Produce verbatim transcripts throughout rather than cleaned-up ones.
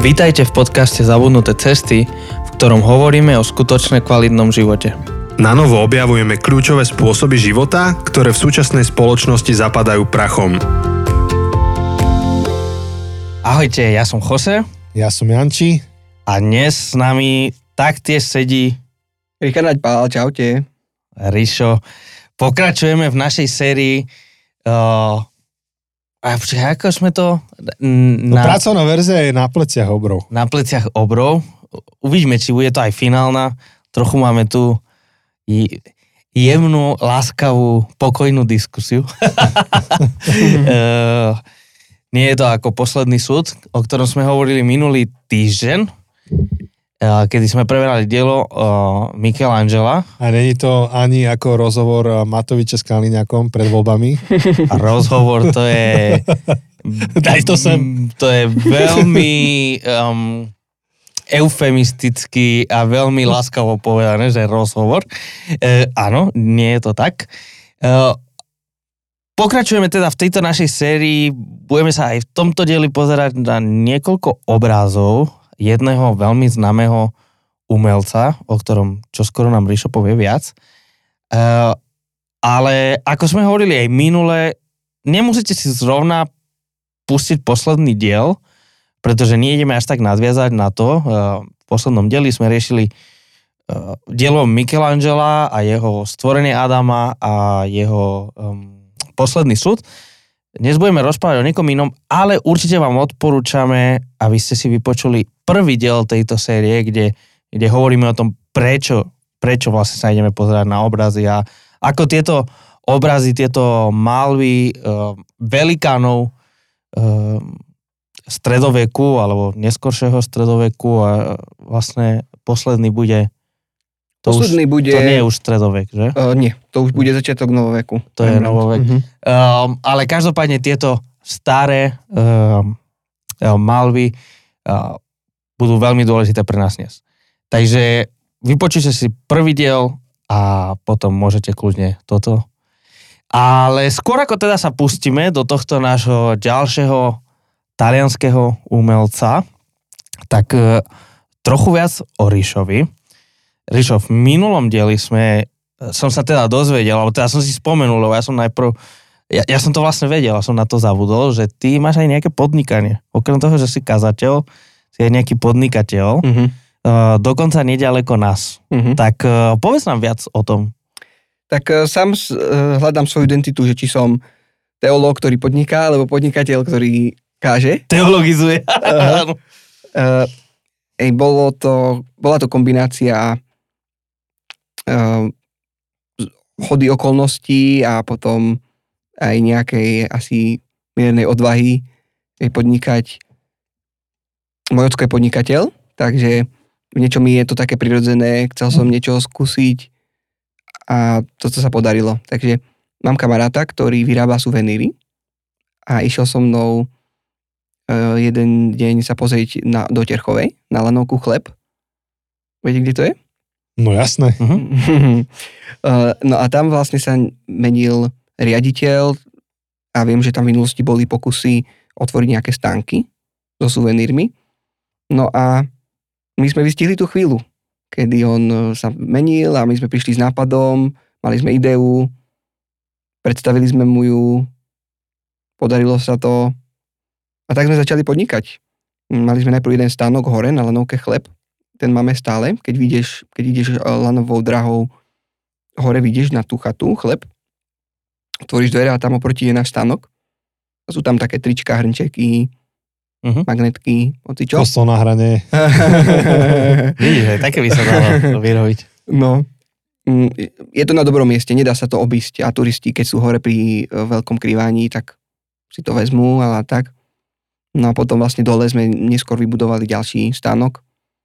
Vítajte v podcaste Zabudnuté cesty, v ktorom hovoríme o skutočne kvalitnom živote. Na novo objavujeme kľúčové spôsoby života, ktoré v súčasnej spoločnosti zapadajú prachom. Ahojte, ja som Jose. Ja som Janči. A dnes s nami taktiež sedí Richard Pál, čaute. Rišo. Pokračujeme v našej sérii uh, a počkaj, ako sme to... Na, no, pracovná verzia je na pleciach obrov. Na pleciach obrov. Uvidíme, či bude to aj finálna. Trochu máme tu jemnú, láskavú, pokojnú diskusiu. uh, nie je to ako Posledný súd, o ktorom sme hovorili minulý týždeň, uh, kedy sme preberali dielo uh, Michelangela. A není to ani ako rozhovor Matoviča s Kaliňakom pred voľbami. A rozhovor to je... Daj to sem. To je veľmi um, eufemisticky a veľmi láskavo povedané, že rozhovor. E, áno, nie je to tak. E, pokračujeme teda v tejto našej sérii. Budeme sa aj v tomto dieli pozerať na niekoľko obrázov jedného veľmi známeho umelca, o ktorom čoskoro nám Rišo povie viac. E, ale ako sme hovorili aj minule, nemusíte si zrovna pustiť posledný diel, pretože nejdeme až tak nadviazať na to. V poslednom dieli sme riešili dielo Michelangela a jeho stvorenie Adama a jeho um, posledný súd. Dnes budeme rozprávať o niekom inom, ale určite vám odporúčame, aby ste si vypočuli prvý diel tejto série, kde, kde hovoríme o tom, prečo, prečo vlastne sa ideme pozerať na obrazy a ako tieto obrazy, tieto malby uh, velikánov stredoveku alebo neskoršieho stredoveku a vlastne posledný bude to posledný už, bude to nie je už stredovek, že? Uh, nie, to už bude začiatok novoveku. To je novovek. Uh-huh. Um, ale každopádne tieto staré um, malby uh, budú veľmi dôležité pre nás dnes. Takže vypočujte si prvý diel a potom môžete kľudne toto. Ale skôr ako teda sa pustíme do tohto nášho ďalšieho talianského umelca, tak e, trochu viac o Rišovi. Rišo, v minulom dieli sme, som sa teda dozvedel, alebo teda som si spomenul, lebo ja som najprv, ja, ja som to vlastne vedel, a som na to zabudol, že ty máš aj nejaké podnikanie. Okrem toho, že si kazateľ, si aj nejaký podnikateľ, uh-huh. e, dokonca neďaleko nás. Uh-huh. Tak e, povedz nám viac o tom. Tak uh, sám uh, hľadám svoju identitu, že či som teológ, ktorý podniká, alebo podnikateľ, ktorý káže. Teologizuje. uh, uh, ej, bolo to, bola to kombinácia uh, hody okolností a potom aj nejakej asi miernej odvahy podnikať. Môj ocko je podnikateľ, takže v niečom mi je to také prirodzené, chcel som niečo skúsiť a toto sa podarilo. Takže mám kamaráta, ktorý vyrába suveníry a išiel so mnou uh, jeden deň sa pozrieť na, do Terchovej, na lanovku Chleb. Viete, kde to je? No jasné. Uh-huh. uh, no a tam vlastne sa menil riaditeľ a viem, že tam v minulosti boli pokusy otvoriť nejaké stánky so suvenírmi. No a my sme vystihli tú chvíľu, kedy on sa menil a my sme prišli s nápadom, mali sme ideu, predstavili sme mu ju, podarilo sa to a tak sme začali podnikať. Mali sme najprv jeden stánok hore na lanovke Chleb, ten máme stále, keď ideš, keď ideš lanovou drahou hore, vidíš na tú chatu Chleb, otvoríš dvere a tam oproti je náš stánok a sú tam také trička, hrnčeky, Uh-huh. magnetky, ocičo. Kostol na hrane. Vidíš, aj také by sa dalo vyrobiť. No, je to na dobrom mieste, nedá sa to obísť a turisti, keď sú hore pri veľkom krývaní, tak si to vezmú, ale tak. No a potom vlastne dole sme neskôr vybudovali ďalší stánok.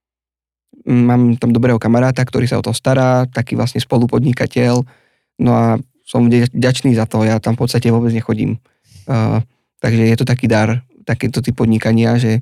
Mám tam dobrého kamaráta, ktorý sa o to stará, taký vlastne spolupodnikateľ. No a som vďačný za to, ja tam v podstate vôbec nechodím. Uh, takže je to taký dar, takéto typ podnikania, že,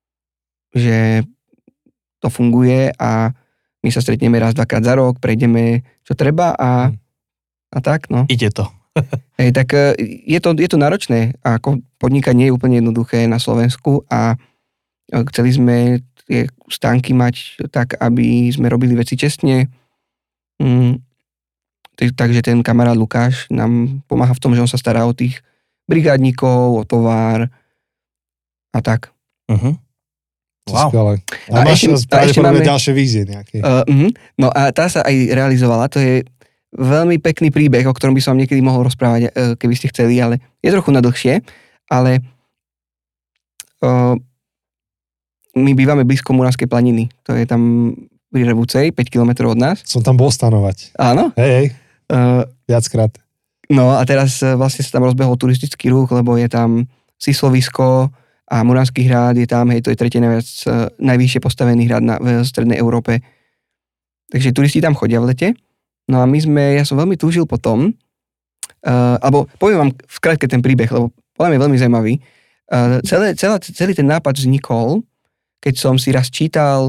že to funguje a my sa stretneme raz, dvakrát za rok, prejdeme čo treba a, a tak, no. Ide to. Hej, tak je to, je to náročné a podnikanie je úplne jednoduché na Slovensku a Chceli sme tie stánky mať tak, aby sme robili veci čestne. Mm, takže ten kamarát Lukáš nám pomáha v tom, že on sa stará o tých brigádnikov, o tovar a tak. Uh-huh. Wow. Skvelé. A, a máš ešte, pravdepodobne ďalšie vízie nejaké. Uh, uh-huh. No a tá sa aj realizovala. To je veľmi pekný príbeh, o ktorom by som vám niekedy mohol rozprávať, uh, keby ste chceli, ale je trochu na dlhšie. Ale uh, my bývame blízko Muránskej planiny. To je tam pri Revúcej, päť kilometrov od nás. Som tam bol stanovať. Áno? Hej, hej. Uh, Viackrát. No a teraz uh, vlastne sa tam rozbehol turistický ruch, lebo je tam Sislovisko a Muránsky hrad je tam, hej, to je tretie najviac, uh, najvyššie postavený hrad na, v strednej Európe. Takže turisti tam chodia v lete. No a my sme, ja som veľmi túžil potom, uh, alebo poviem vám v krátke ten príbeh, lebo podľa mňa je veľmi zaujímavý. Uh, celé, celá, celý ten nápad vznikol, keď som si raz čítal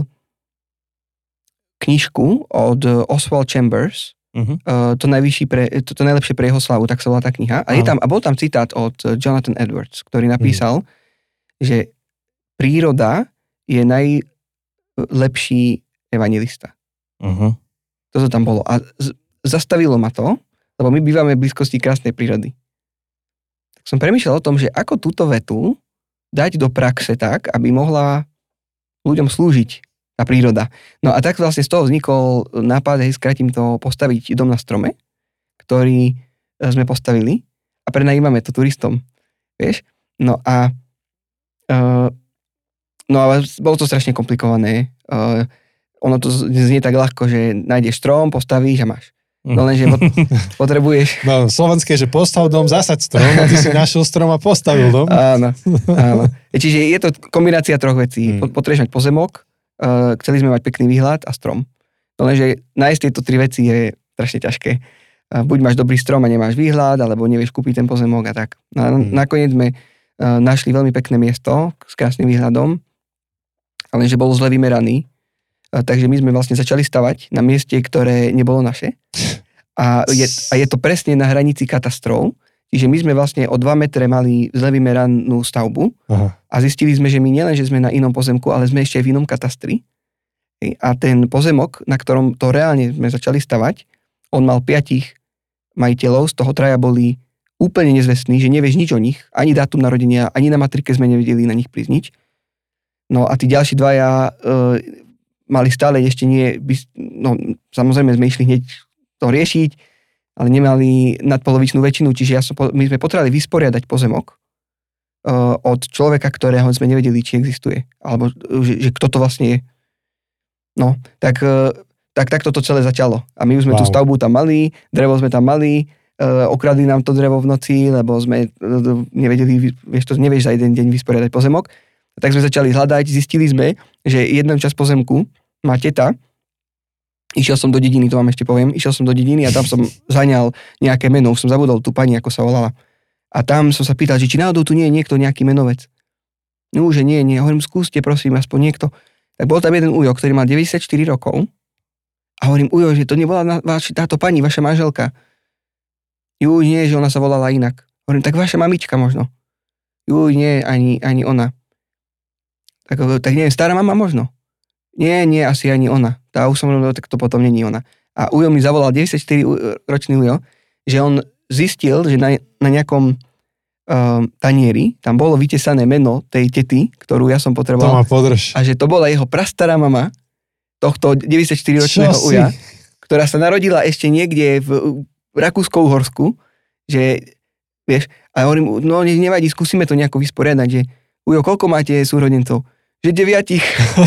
knižku od Oswald Chambers, uh-huh. uh, to, najvyšší pre, to, to najlepšie pre jeho slavu, tak sa volá tá kniha. A, je tam, a bol tam citát od Jonathan Edwards, ktorý napísal, uh-huh. že príroda je najlepší evangelista. Uh-huh. Toto tam bolo. A z, zastavilo ma to, lebo my bývame v blízkosti krásnej prírody. Tak som premýšľal o tom, že ako túto vetu dať do praxe tak, aby mohla ľuďom slúžiť tá príroda. No a tak vlastne z toho vznikol nápad, hej, skratím to, postaviť dom na strome, ktorý sme postavili a prenajímame to turistom. Vieš? No a uh, no a bolo to strašne komplikované. Uh, ono to znie tak ľahko, že nájdeš strom, postavíš a máš. No lenže potrebuješ... No, slovenské, že postav dom, zasaď strom, a ty si našiel strom a postavil dom. Áno, áno. Čiže je to kombinácia troch vecí. Hmm. Potrebuješ mať pozemok, uh, chceli sme mať pekný výhľad a strom. No lenže nájsť tieto tri veci je strašne ťažké. Uh, buď máš dobrý strom a nemáš výhľad, alebo nevieš kúpiť ten pozemok a tak. No, hmm. Nakoniec sme uh, našli veľmi pekné miesto s krásnym výhľadom, ale že bolo zle vymeraný. Takže my sme vlastne začali stavať na mieste, ktoré nebolo naše. A je, a je to presne na hranici katastrov. Čiže my sme vlastne o dva metre mali zle vymeranú stavbu. Aha. A zistili sme, že my nielen, že sme na inom pozemku, ale sme ešte v inom katastri. A ten pozemok, na ktorom to reálne sme začali stavať, on mal piatich majiteľov, z toho traja boli úplne nezvestní, že nevieš nič o nich, ani dátum narodenia, ani na matrike sme nevedeli na nich prísť nič. No a tí ďalší dvaja... E, mali stále ešte nie, no samozrejme sme išli hneď to riešiť, ale nemali nadpolovičnú väčšinu, čiže ja som, my sme potrebovali vysporiadať pozemok uh, od človeka, ktorého sme nevedeli, či existuje, alebo že, že kto to vlastne je. No, tak, uh, tak, tak toto celé začalo. A my už sme wow. tú stavbu tam mali, drevo sme tam mali, uh, okradli nám to drevo v noci, lebo sme uh, nevedeli, vieš to, nevieš za jeden deň vysporiadať pozemok. Tak sme začali hľadať, zistili sme, že jeden časť pozemku má teta. Išiel som do dediny, to vám ešte poviem, išiel som do dediny a tam som zaňal nejaké meno, už som zabudol tú pani, ako sa volala. A tam som sa pýtal, že či náhodou tu nie je niekto, nejaký menovec. No, že nie, nie. Hovorím, skúste, prosím, aspoň niekto. Tak bol tam jeden ujo, ktorý mal deväťdesiatštyri rokov. A hovorím, ujo, že to nebola na, vaš, táto pani, vaša manželka. Juj, nie, že ona sa volala inak. Hovorím, tak vaša mamička možno. Juj, nie, ani, ani ona. Tak, tak neviem, stará mama možno. Nie, nie, asi ani ona. Tá už som hovoril, tak to potom není ona. A Ujo mi zavolal, deväťdesiatštyriročný Ujo, že on zistil, že na, na nejakom um, tanieri tam bolo vytesané meno tej tety, ktorú ja som potreboval. To ma podrž. A že to bola jeho prastará mama, tohto deväťdesiatštyriročného Uja, ktorá sa narodila ešte niekde v, v Rakúsko-Uhorsku, že, vieš, a hovorím, no nevadí, skúsime to nejako vysporiadať, že Ujo, koľko máte súrodencov? Že deviatich.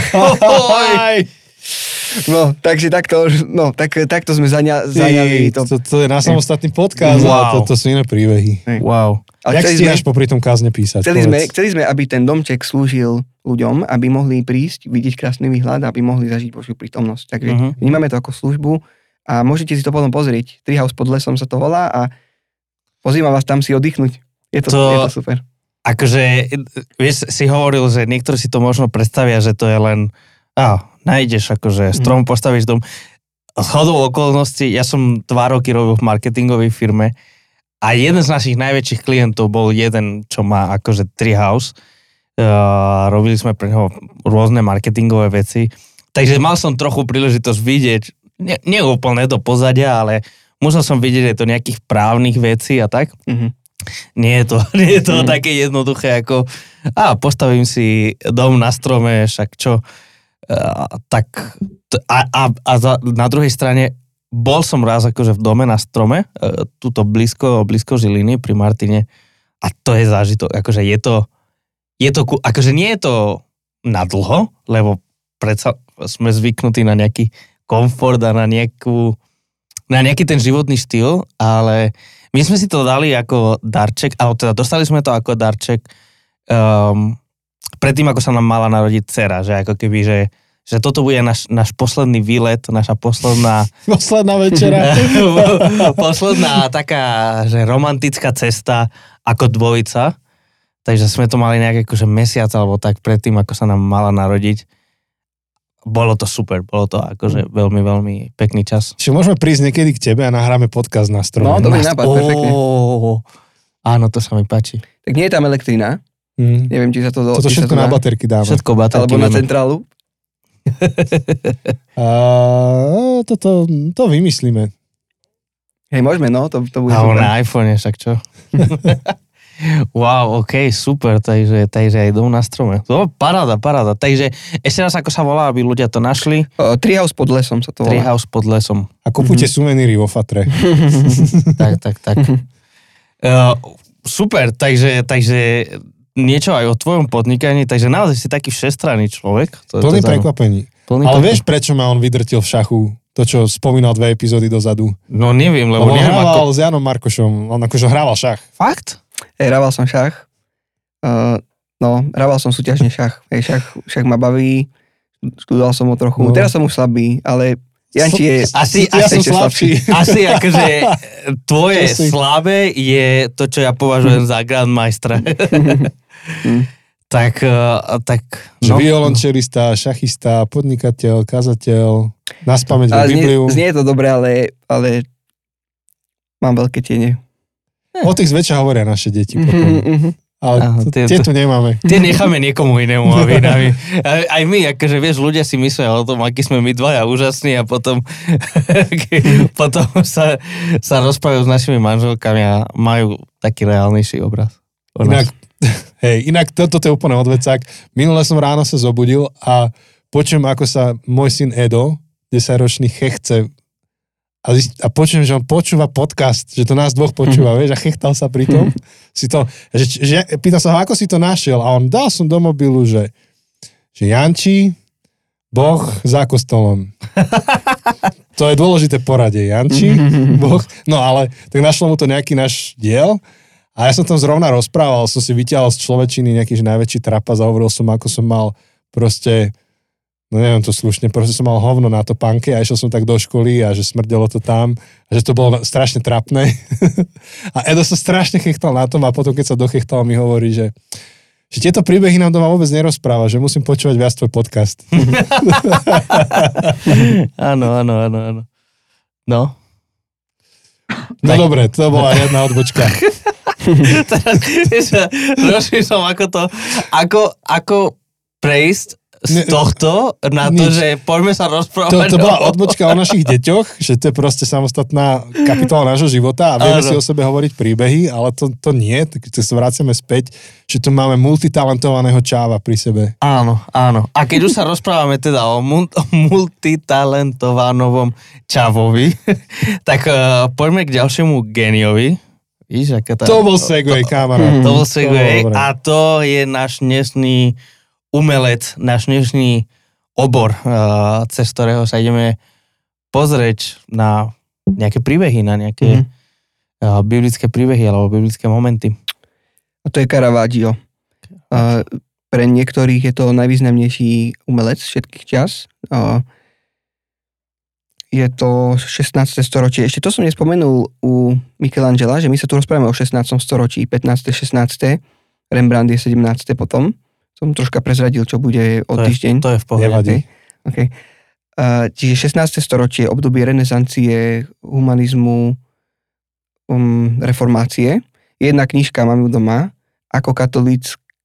No, takže takto, no, tak, takto sme zaňa, zaňali to. to. To je na samostatný podcast, wow. Ale toto sú iné príbehy. Wow. Ale jak stíhaš popri tom kázne písať? Chceli sme, chceli sme, aby ten domček slúžil ľuďom, aby mohli prísť, vidieť krásny výhľad, aby mohli zažiť Božiu prítomnosť. Takže uh-huh. vnímame to ako službu a môžete si to potom pozrieť. Treehouse pod lesom sa to volá a pozývam vás tam si oddychnúť. Je to, to... Je to super. Akože, vieš, si hovoril, že niektorí si to možno predstavia, že to je len, á, nájdeš akože strom, mm. postavíš dom. Zhodou okolností, ja som dva roky robil v marketingovej firme a jeden z našich najväčších klientov bol jeden, čo má akože Treehouse, Uh, robili sme pre neho rôzne marketingové veci. Takže mal som trochu príležitosť vidieť, nie, nie úplne do pozadia, ale musel som vidieť aj to nejakých právnych vecí a tak. Mm-hmm. Nie je to, nie je to mm-hmm. také jednoduché ako a postavím si dom na strome, však čo. Uh, tak a, a, a za, na druhej strane bol som raz akože v dome na strome, uh, tuto blízko, blízko Žiliny pri Martine a to je zážitok, akože je to Je to, akože nie je to na dlho, lebo predsa sme zvyknutí na nejaký komfort a na nejakú, na nejaký ten životný štýl, ale my sme si to dali ako darček, alebo teda dostali sme to ako darček um, predtým, ako sa nám mala narodiť dcera, že ako keby, že, že toto bude náš, náš posledný výlet, naša posledná... Posledná večera. posledná taká, že romantická cesta ako dvojica. Takže sme to mali nejak akože mesiac alebo tak predtým, ako sa nám mala narodiť. Bolo to super, bolo to akože veľmi, veľmi pekný čas. Čiže môžeme prísť niekedy k tebe a nahráme podcast na strome. No, dobrý nápad, perfektne. Áno, to sa mi páči. Tak nie je tam elektrina. Mm. Neviem, či sa to... Toto všetko na baterky dáme. Všetko baterky. Alebo na centrálu. a, toto, to vymyslíme. Hej, môžeme, no, to, to bude Alebo super. na iPhone, však čo? Wow, ok, super, takže, takže aj dom na strome. To paráda, paráda. Takže ešte raz, ako sa volá, aby ľudia to našli? Uh, Treehouse pod lesom sa to volá. Treehouse pod lesom. A kupujte mm-hmm. suveníry vo Fatre. tak, tak, tak. uh, super, takže, takže niečo aj o tvojom podnikaní, takže naozaj si taký všestranný človek. To, Plný to prekvapení. Plný Ale prekvapení. vieš, prečo ma on vydrtil v šachu? To, čo spomínal dve epizódy dozadu. No neviem, lebo, lebo neviem hrával ako... s Janom Markošom. On akože hrával šach. Fakt? Hej, hrával som šach. Uh, no, hrával som súťažne šach. Hej, šach, šach ma baví. Študoval som ho trochu. No. Teraz som už slabý, ale Janči je... Asi, ja asi, som slabší. Asi akože tvoje slabé je to, čo ja považujem za grandmajstra. tak, uh, tak... No. No. Violončelista, šachista, podnikateľ, kazateľ, naspamäť vo Bibliu. Znie, znie to dobre, ale, ale mám veľké tiene. O tých zväčša hovoria naše deti potom. Ale Aha, to, tie, tie to, tu nemáme. Tie necháme niekomu inému. Aby, aby, aj, aj my, akože vieš, ľudia si myslia o tom, aký sme my dvaja úžasní a potom, potom sa, sa rozprávajú s našimi manželkami a majú taký reálnejší obraz. Inak, hej, inak toto to je úplne odvecák. Minule som ráno sa zobudil a počujem, ako sa môj syn Edo, desaťročný, chechce a, a počujem, že on počúva podcast, že to nás dvoch počúva, mm-hmm. vieš, a chechtal sa pri tom. si to, že, že, pýtal sa ho, ako si to našiel a on dal som do mobilu, že, že Janči, Boh za kostolom. To je dôležité poradie, Janči, Boh. No ale tak našlo mu to nejaký náš diel a ja som tam zrovna rozprával, som si vyťahol z človečiny nejaký že najväčší trapas a hovoril som, ako som mal proste no neviem to slušne, proste som mal hovno na topánke a išiel som tak do školy a že smrdelo to tam a že to bolo strašne trapné. A Edo sa strašne chechtal na tom a potom, keď sa dochechtal, mi hovorí, že, že tieto príbehy nám doma vôbec nerozpráva, že musím počúvať viac tvoj podcast. Áno, áno, áno, áno. No. No tak. Dobre, to bola jedna odbočka. Teraz rozmýšľam, ako to, ako, ako prejsť z tohto na to, nič. Že poďme sa rozprávať. To, to bola odbočka o našich deťoch, že to je proste samostatná kapitola nášho života a vieme Áno. si o sebe hovoriť príbehy, ale to, to nie, tak sa vraciame späť, že tu máme multitalentovaného čáva pri sebe. Áno, áno. A keď už sa rozprávame teda o, mul- o multitalentovanom čavovi, tak uh, poďme k ďalšiemu geniovi. Víš, aká tá... To bol segway, kamarát. To bol segway a to je náš dnešný umelec, náš dnešný obor, cez ktorého sa ideme pozrieť na nejaké príbehy, na nejaké mm-hmm. biblické príbehy alebo biblické momenty. A to je Caravaggio. Uh, pre niektorých je to najvýznamnejší umelec všetkých čas. Uh, je to šestnáste storočie. Ešte to som nespomenul u Michelangela, že my sa tu rozprávame o šestnástom storočí, pätnáste šestnáste Rembrandt je sedemnáste potom. Som troška prezradil, čo bude o týždeň. To je v pohode. Okay. Okay. Uh, čiže šestnáste storočie, obdobie renesancie, humanizmu, um, reformácie. Jedna knižka mám ju doma, ako katolíck,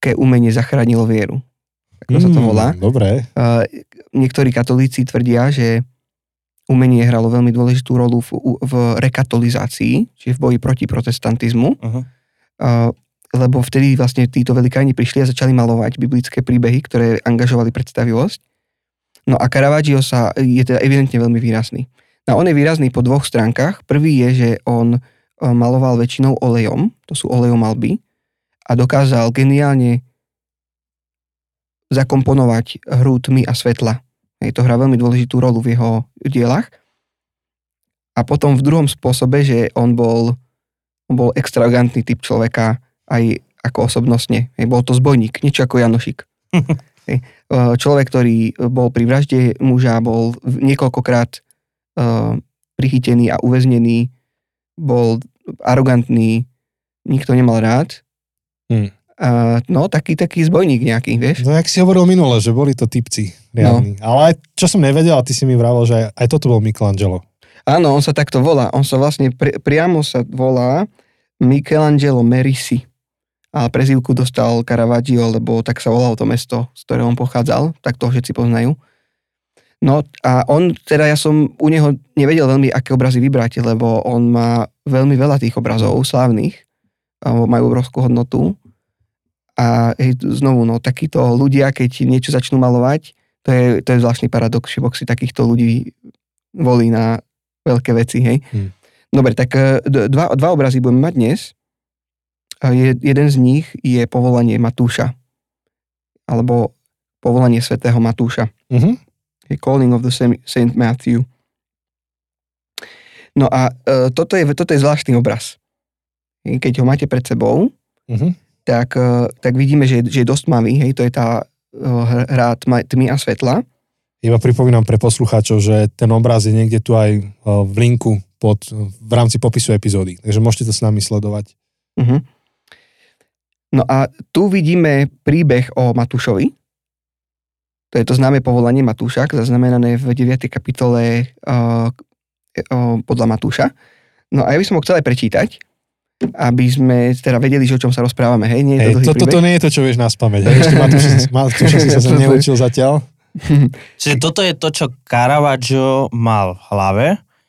ke umenie zachránilo vieru. Tak to sa to volá. Dobre. Uh, niektorí katolíci tvrdia, že umenie hralo veľmi dôležitú rolu v, v rekatolizácii, čiže v boji proti protestantizmu. Uh-huh. Uh, lebo vtedy vlastne títo velikáni prišli a začali malovať biblické príbehy, ktoré angažovali predstavivosť. No a Caravaggio sa je teda evidentne veľmi výrazný. No on je výrazný po dvoch stránkach. Prvý je, že on maloval väčšinou olejom, to sú olejomalby, a dokázal geniálne zakomponovať hru tmy a svetla. Hej, to hrá veľmi dôležitú rolu v jeho dielach. A potom v druhom spôsobe, že on bol, on bol extravagantný typ človeka aj ako osobnostne. Hej, bol to zbojník, niečo ako Janošik. Hej, človek, ktorý bol pri vražde muža, bol niekoľkokrát uh, prichytený a uväznený, bol arogantný, nikto nemal rád. Hmm. Uh, no, taký, taký zbojník nejaký, vieš. No, jak si hovoril minule, že boli to typci reálni. No. Ale aj, čo som nevedel, a ty si mi vravel, že aj, aj toto bol Michelangelo. Áno, on sa takto volá. On sa vlastne, pri, priamo sa volá Michelangelo Merisi. A prezývku dostal Caravaggio, lebo tak sa volalo to mesto, z ktorého on pochádzal. Tak to všetci poznajú. No a on, teda ja som u neho nevedel veľmi, aké obrazy vybrať, lebo on má veľmi veľa tých obrazov slávnych, majú obrovskú hodnotu. A hej, znovu, no, takíto ľudia, keď niečo začnú malovať, to je, to je zvláštny paradox, že Boh si takýchto ľudí volí na veľké veci, hej. Hmm. Dobre, tak dva, dva obrazy budeme mať dnes. Je, jeden z nich je povolanie Matúša, alebo povolanie svätého Matúša. Mm-hmm. Calling of the Saint Matthew. No a e, toto, je, toto je zvláštny obraz. Keď ho máte pred sebou, mm-hmm. tak, tak vidíme, že, že je dosť tmavý, hej, to je tá hra tmy a svetla. Iba pripomínam pre poslucháčov, že ten obraz je niekde tu aj v linku pod, v rámci popisu epizódy, takže môžete to s nami sledovať. Uh-huh. No a tu vidíme príbeh o Matúšovi. To je to známe povolanie Matúša, zaznamenané v deviatej kapitole uh, uh, podľa Matúša. No a ja by som ho chcel aj prečítať, aby sme teda vedeli, že o čom sa rozprávame. Hej, nie je to hey, to, toto nie je to, čo vieš nás pamäť. Hej, ešte Matúša si sa sa neučil zatiaľ. Čiže toto je to, čo Caravaggio mal v hlave,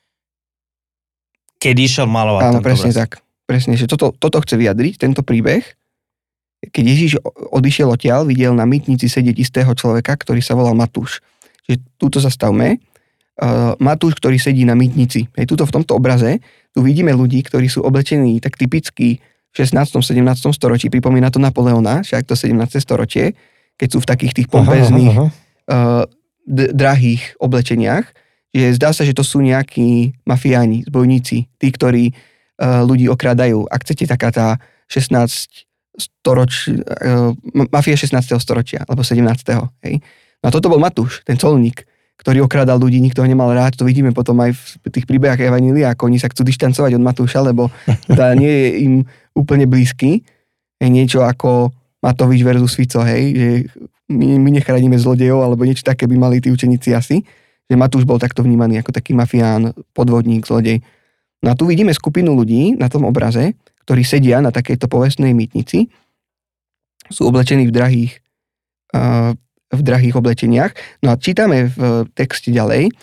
keď išiel malovať. Áno, presne obraz. Tak. Presne, že toto, toto chce vyjadriť, tento príbeh. Keď Ježiš odišiel odtiaľ, videl na mýtnici sedieť istého človeka, ktorý sa volal Matúš. Čiže túto zastavme. Uh, Matúš, ktorý sedí na mýtnici. Hej, tuto v tomto obraze tu vidíme ľudí, ktorí sú oblečení tak typicky v šestnástom sedemnástom storočí. Pripomína to Napoleona, však to sedemnáste storočie, keď sú v takých tých pompezných, aha, aha. Uh, d- drahých oblečeniach. Že zdá sa, že to sú nejakí mafiáni, zbojníci, tí, ktorí uh, ľudí okrádajú. Ak chcete, taká tá šestnásť storoč, uh, mafia šestnásteho storočia, alebo sedemnásteho Hej. No a toto bol Matúš, ten colník, ktorý okrádal ľudí, nikto ho nemal rád. To vidíme potom aj v tých príbehách Evanília, ako oni sa chcú dištancovať od Matúša, lebo tá nie je im úplne blízky. Je niečo ako Matovič versus Fico, hej, že my, my nechránime zlodejov, alebo niečo také by mali tí učeníci asi. Že Matúš bol takto vnímaný ako taký mafián, podvodník, zlodej. No a tu vidíme skupinu ľudí na tom obraze, ktorí sedia na takejto povestnej mýtnici. Sú oblečení v drahých uh, v drahých oblečeniach. No a čítame v texte ďalej.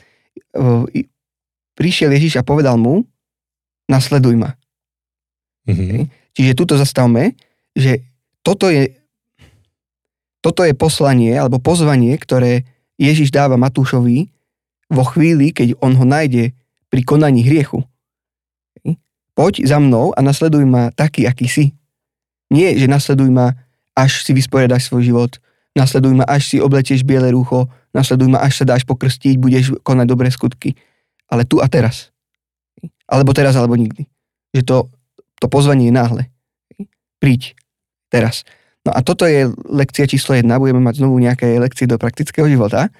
Prišiel Ježiš a povedal mu, nasleduj ma. Mm-hmm. Čiže tuto zastavme, že toto je, toto je poslanie, alebo pozvanie, ktoré Ježiš dáva Matúšovi vo chvíli, keď on ho nájde pri konaní hriechu. Poď za mnou a nasleduj ma taký, aký si. Nie, že nasleduj ma, až si vysporiadaš svoj život, nasleduj ma, až si oblečeš biele rúcho, nasleduj ma, až sa dáš pokrstiť, budeš konať dobré skutky. Ale tu a teraz. Alebo teraz, alebo nikdy. Že to, to pozvanie je náhle. Príď. Teraz. No a toto je lekcia číslo jedna. Budeme mať znovu nejaké lekcie do praktického života.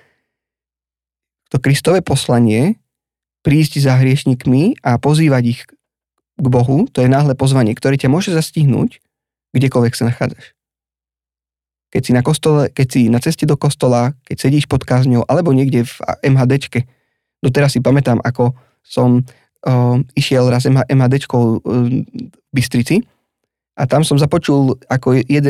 To Kristové poslanie, prísť za hriešnikmi a pozývať ich k Bohu, to je náhle pozvanie, ktoré ťa môže zastihnúť, kdekoľvek sa nachádzaš. Keď si na kostole, keď si na ceste do kostola, keď sedíš pod kázňou, alebo niekde v MHDčke. Doteraz si pamätám, ako som uh, išiel raz MHDčkou uh, v Bystrici a tam som započul, ako jeden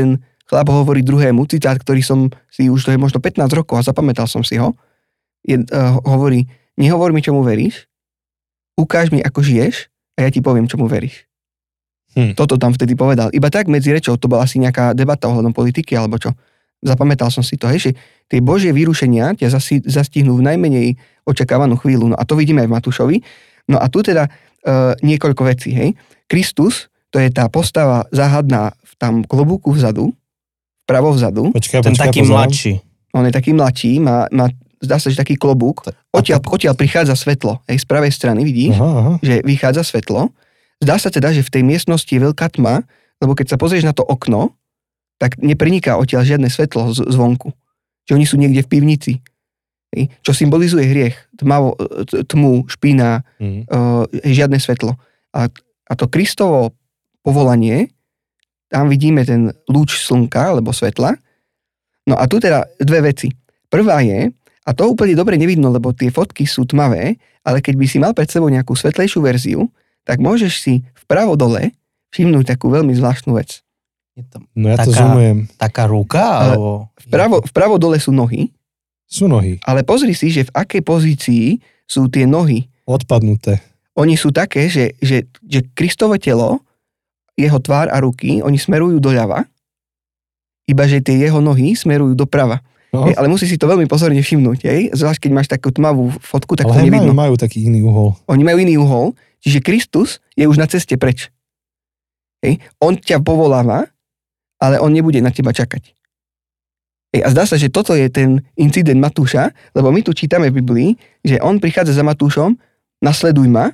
chlap hovorí druhému, citát, ktorý som si už, to je možno pätnásť rokov a zapamätal som si ho, je, uh, hovorí, nehovor mi, čomu veríš, ukáž mi, ako žiješ a ja ti poviem, čomu veríš. Hm. Toto tam vtedy povedal. Iba tak medzi rečou, to bola asi nejaká debata ohľadom politiky, alebo čo. Zapamätal som si to, hej, že tie Božie vyrušenia ťa zasi, zastihnú v najmenej očakávanú chvíľu. No a to vidíme aj v Matúšovi. No a tu teda uh, niekoľko vecí, hej. Kristus, to je tá postava záhadná v tam klobúku vzadu, vpravo vzadu. Počkaj, Ten počkaj, taký pozerám. mladší. On je taký mladší, má, má zdá sa, že taký klobúk. Odtiaľ, odtiaľ prichádza svetlo. Hej, z pravej strany vidíš, Aha, aha. že vychádza svetlo. Zdá sa teda, že v tej miestnosti je veľká tma, lebo keď sa pozrieš na to okno, tak nepreniká odtiaľ žiadne svetlo z, zvonku. Že oni sú niekde v pivnici. Hej, čo symbolizuje hriech. Tmavo, tmu, špína, Mm. uh, žiadne svetlo. A, a to Kristovo povolanie, tam vidíme ten lúč slnka, alebo svetla. No a tu teda dve veci. Prvá je, a to úplne dobre nevidno, lebo tie fotky sú tmavé, ale keď by si mal pred sebou nejakú svetlejšiu verziu, tak môžeš si vpravo dole všimnúť takú veľmi zvláštnu vec. Je tam No ja to taká, zoomujem. taká ruka, alebo... Vpravo, vpravo dole sú nohy, Sú nohy. ale pozri si, že v akej pozícii sú tie nohy. Odpadnuté. Oni sú také, že, že, že Kristovo telo, jeho tvár a ruky, oni smerujú doľava, iba že tie jeho nohy smerujú doprava. No, Hej, ale musí si to veľmi pozorne všimnúť, hej? Zvlášť keď máš takú tmavú fotku, tak ale to hej, nevidno. majú, majú taký iný uhol. Oni majú iný uhol, čiže Kristus je už na ceste preč. Hej? On ťa povoláva, ale on nebude na teba čakať. Hej, a zdá sa, že toto je ten incident Matúša, lebo my tu čítame v Biblii, že on prichádza za Matúšom, nasleduj ma,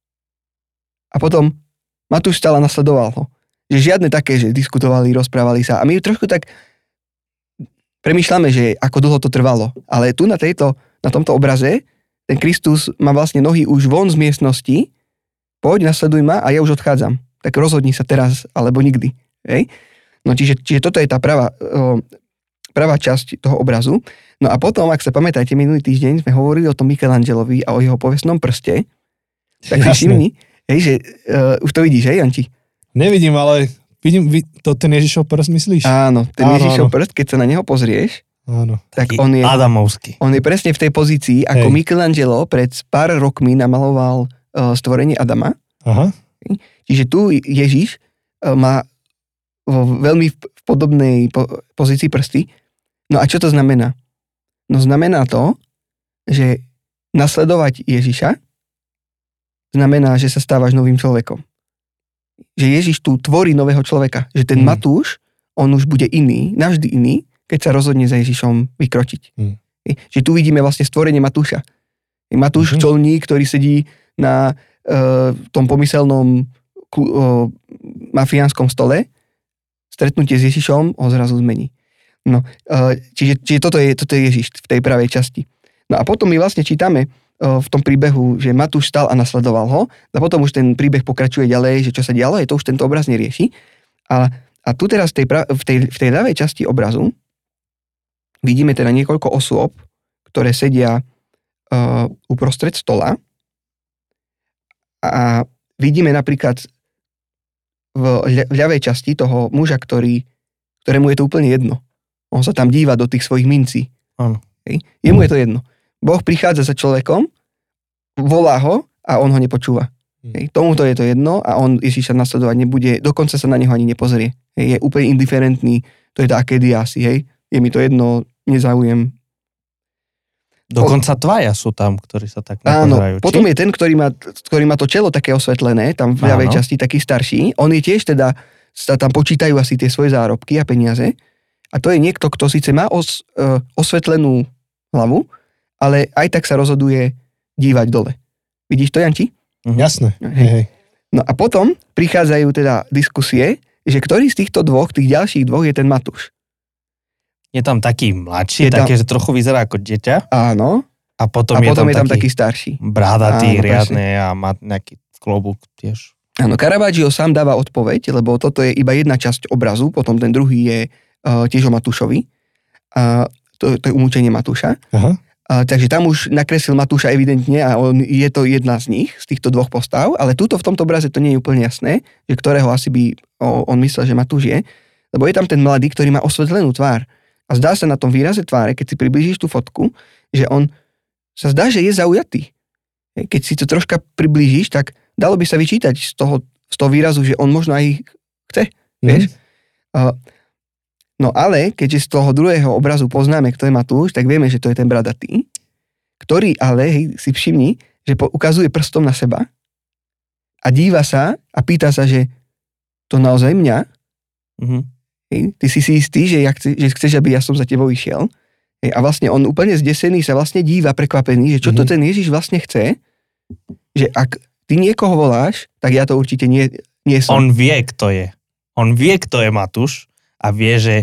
a potom Matúš stal a nasledoval ho. Že žiadne také, že diskutovali, rozprávali sa. A my trošku tak premýšľame, že ako dlho to trvalo. Ale tu na, tejto, na tomto obraze ten Kristus má vlastne nohy už von z miestnosti, poď, nasleduj ma a ja už odchádzam. Tak rozhodni sa teraz, alebo nikdy. Hej? No čiže, čiže toto je tá pravá, o, pravá časť toho obrazu. No a potom, ak sa pamätáte, minulý týždeň sme hovorili o tom Michelangelovi a o jeho povestnom prste, tak si všimni, hej, že uh, už to vidíš, hej, Janči? Nevidím, ale vidím, vid, to ten Ježišov prst myslíš? Áno, ten Áno, Ježišov áno. prst, keď sa na neho pozrieš, Áno. tak Taký on je, Adamovský. on je presne v tej pozícii, ako Hej. Michelangelo pred pár rokmi namaloval uh, stvorenie Adama. Aha. Čiže tu Ježiš uh, má vo veľmi v, v podobnej po, pozícii prsty. No a čo to znamená? No znamená to, že nasledovať Ježiša znamená, že sa stávaš novým človekom. Že Ježiš tu tvorí nového človeka. Že ten Mm. Matúš, on už bude iný, navždy iný, keď sa rozhodne za Ježišom vykročiť. Mm. Že tu vidíme vlastne stvorenie Matúša. Matúš Mhm. colník, ktorý sedí na uh, tom pomyselnom uh, mafiánskom stole, stretnutie s Ježišom ho zrazu zmení. No, uh, čiže, čiže toto, je, toto je Ježiš v tej pravej časti. No a potom my vlastne čítame uh, v tom príbehu, že Matúš stal a nasledoval ho, a potom už ten príbeh pokračuje ďalej, že čo sa dialo, je to už tento obraz nerieši. A, a tu teraz v tej, pra, v tej, v tej ľavej časti obrazu vidíme teda niekoľko osôb, ktoré sedia uh, uprostred stola a vidíme napríklad v, ľa, v ľavej časti toho muža, ktorý, ktorému je to úplne jedno. On sa tam díva do tých svojich mincí. Áno. Hej. Jemu je to jedno. Boh prichádza za človekom, volá ho a on ho nepočúva. Hej. Tomuto je to jedno a on Ježiša nasledovať nebude, dokonca sa na neho ani nepozrie. Hej. Je úplne indiferentný, to je tá akédiasi, hej. Je mi to jedno, nezáujem. Dokonca tvaja sú tam, ktorí sa tak Áno, nepozerajú. potom je ten, ktorý má, ktorý má to čelo také osvetlené, tam v ľavej Áno. časti, taký starší. On je tiež teda, sa tam počítajú asi tie svoje zárobky a peniaze. A to je niekto, kto síce má os, uh, osvetlenú hlavu, ale aj tak sa rozhoduje dívať dole. Vidíš to, Janči? Mhm. Jasné. Hej. Hej, hej. No a potom prichádzajú teda diskusie, že ktorý z týchto dvoch, tých ďalších dvoch je ten Matúš. Je tam taký mladší, Je tam- také, že trochu vyzerá ako dieťa. Áno. A potom, A je, potom tam je tam taký, taký starší. bradatý, Áno, riadny a má nejaký klobúk tiež. Áno, Caravaggio sám dáva odpoveď, lebo toto je iba jedna časť obrazu, potom ten druhý je uh, tiež o Matúšovi. Uh, to, to je umúčenie Matúša. Aha. Uh, takže tam už nakreslil Matúša evidentne a on, je to jedna z nich, z týchto dvoch postav, ale tuto v tomto obraze to nie je úplne jasné, že ktorého asi by o, on myslel, že Matúš je, Lebo je tam ten mladý, ktorý má osvetlenú tvár. A zdá sa na tom výraze tváre, keď si priblížiš tú fotku, že on sa zdá, že je zaujatý. Keď si to troška priblížiš, tak dalo by sa vyčítať z toho, z toho výrazu, že on možno aj chce, mm. vieš. Uh, no ale, keďže z toho druhého obrazu poznáme, kto je Matúš, tak vieme, že to je ten bradatý, ktorý ale, hej, si všimni, že po, ukazuje prstom na seba a díva sa a pýta sa, že to naozaj mňa? Mm-hmm. Hej, ty si si istý, že, ja chce, že chceš, aby ja som za tebou išiel? Hej, a vlastne on úplne zdesený sa vlastne díva, prekvapený, že čo mm-hmm. to ten Ježiš vlastne chce, že ak ty niekoho voláš, tak ja to určite nie, nie som. On vie, kto je. On vie, kto je Matúš a vie, že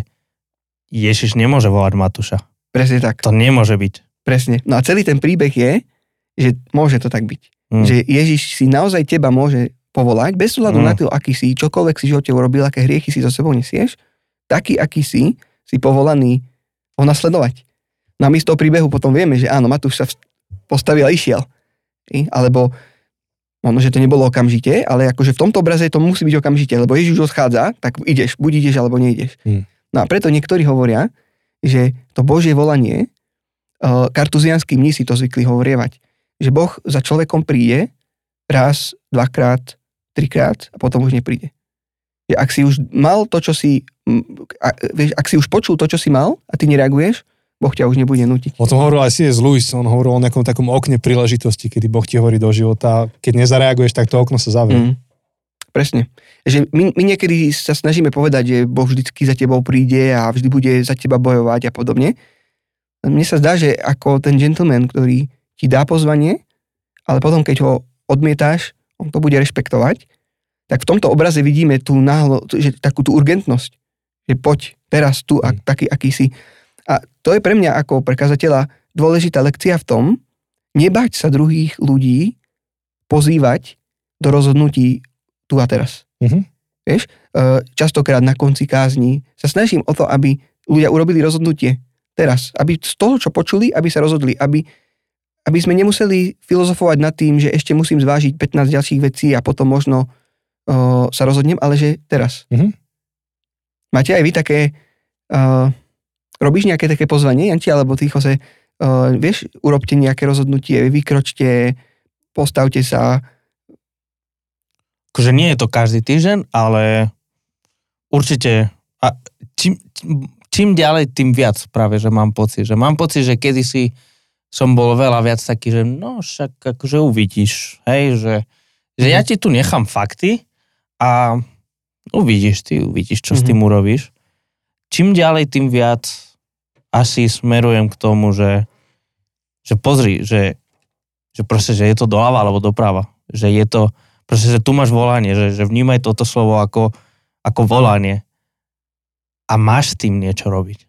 Ježiš nemôže volať Matúša. Presne tak. To nemôže byť. Presne. No a celý ten príbeh je, že môže to tak byť. Mm. Že Ježiš si naozaj teba môže povolať, bez súhľadu mm. na to, aký si, čokoľvek si v živote urobil, aké hriechy si so sebou nesieš, taký, aký si, si povolaný ho nasledovať. No a my z toho príbehu potom vieme, že áno, Matúš sa postavil a išiel. I? Alebo možno, že to nebolo okamžite, ale akože v tomto obraze to musí byť okamžite, lebo Ježiš už odchádza, tak ideš, buď ideš, alebo neideš. Hmm. No a preto niektorí hovoria, že to Božie volanie, uh, kartuzianskí mnísi si to zvykli hovorievať, že Boh za človekom príde raz, dvakrát, trikrát a potom už nepríde. Že ak si už mal to, čo si, vieš, ak si už počul to, čo si mal a ty nereaguješ, Boh ťa už nebude nútiť. O tom hovoril aj C S. Lewis, on hovoril o nejakom takom okne príležitosti, kedy Boh ti hovorí do života, keď nezareaguješ, tak to okno sa zavrie. Mm, presne. Že my, my niekedy sa snažíme povedať, že Boh vždycky za tebou príde a vždy bude za teba bojovať a podobne. Mne sa zdá, že ako ten gentleman, ktorý ti dá pozvanie, ale potom, keď ho odmietáš, on to bude rešpektovať, tak v tomto obraze vidíme tú náhlo, že takú tú urgentnosť, že poď teraz tu, mm. taký, aký si. A to je pre mňa ako pre kazateľa dôležitá lekcia v tom, nebať sa druhých ľudí pozývať do rozhodnutí tu a teraz. Mm-hmm. Vieš, častokrát na konci kázni sa snažím o to, aby ľudia urobili rozhodnutie teraz. Aby z toho, čo počuli, aby sa rozhodli. Aby, aby sme nemuseli filozofovať nad tým, že ešte musím zvážiť pätnásť ďalších vecí a potom možno uh, sa rozhodnem, ale že teraz. Mm-hmm. Máte aj vy také... Uh, Robíš nejaké také pozvanie, Janči, alebo ty, Jose, uh, vieš, urobte nejaké rozhodnutie, vykročte, postavte sa. Akože nie je to každý týždeň, ale určite a čím, čím ďalej, tým viac práve, že mám pocit. Že mám pocit, že kedysi som bol veľa viac taký, že no však akože uvidíš, hej, že, že ja ti tu nechám fakty a uvidíš ty, uvidíš, čo mm-hmm. s tým urobíš. Čím ďalej, tým viac asi smerujem k tomu, že, že pozri, že, že proste, že je to doľava alebo doprava. Že je to, proste, že tu máš volanie, že, že vnímaj toto slovo ako, ako volanie. A máš s tým niečo robiť.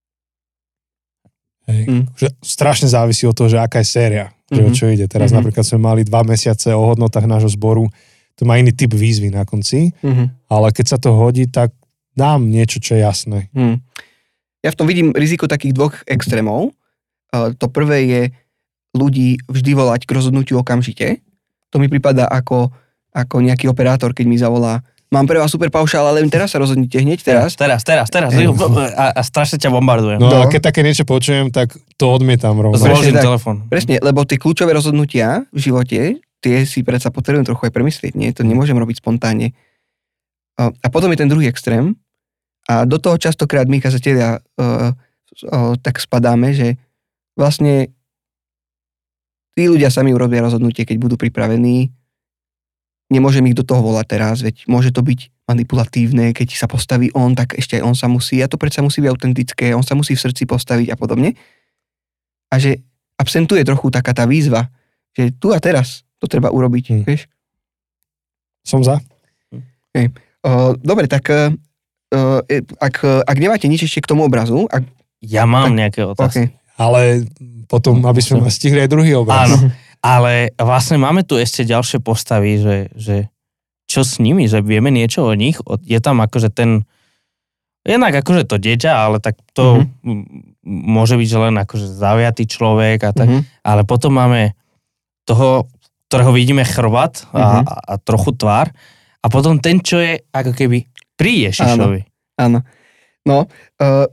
Hej, mm. že strašne závisí od toho, že aká je séria, že mm-hmm. o čo ide. Teraz mm-hmm. napríklad sme mali dva mesiace o hodnotách nášho zboru, to má iný typ výzvy na konci, mm-hmm. ale keď sa to hodí, tak dám niečo, čo je jasné. Hmm. Ja v tom vidím riziko takých dvoch extrémov. Uh, to prvé je ľudí vždy volať k rozhodnutiu okamžite. To mi pripadá ako, ako nejaký operátor, keď mi zavolá, mám pre vás super paušál, ale len teraz sa rozhodnite, hneď teraz. Teraz, teraz, teraz. A, a strašne ťa bombardujem. No a keď také niečo počujem, tak to odmietam rovno. Zložím telefón. Presne, lebo tie kľúčové rozhodnutia v živote, tie si predsa potrebujem trochu aj premyslieť, nie? To nemôžem robiť spontánne. A potom je ten druhý extrém, a do toho častokrát my kazatelia uh, uh, tak spadáme, že vlastne tí ľudia sami urobia rozhodnutie, keď budú pripravení. Nemôžem ich do toho volať teraz, veď môže to byť manipulatívne, keď sa postaví on, tak ešte aj on sa musí, a to predsa musí byť autentické, on sa musí v srdci postaviť a podobne. A že absentuje trochu taká tá výzva, že tu a teraz to treba urobiť, hmm. vieš? Som za. Okay. Uh, dobre, tak... Uh, Uh, ak, ak nemáte nič ešte k tomu obrazu... Ak, ja mám tak, nejaké otázky. Okay. Ale potom, aby sme stihli aj druhý obraz. Áno, ale vlastne máme tu ešte ďalšie postavy, že, že čo s nimi, že vieme niečo o nich. Je tam akože ten... Jednak akože to dieťa, ale tak to mm-hmm. môže byť len akože zaviatý človek a tak. Mm-hmm. Ale potom máme toho, ktorého vidíme chrbát a, mm-hmm. a, a trochu tvár. A potom ten, čo je ako keby pri Ježišovi. Áno. No, uh,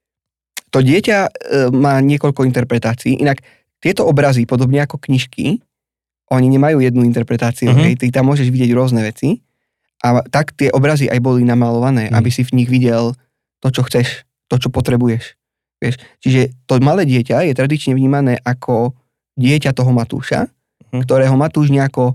to dieťa uh, má niekoľko interpretácií, inak tieto obrazy, podobne ako knižky, oni nemajú jednu interpretáciu, mm-hmm. hej, ty tam môžeš vidieť rôzne veci a tak tie obrazy aj boli namalované, mm. aby si v nich videl to, čo chceš, to, čo potrebuješ. Vieš? Čiže to malé dieťa je tradične vnímané ako dieťa toho Matúša, mm. ktorého Matúš nejako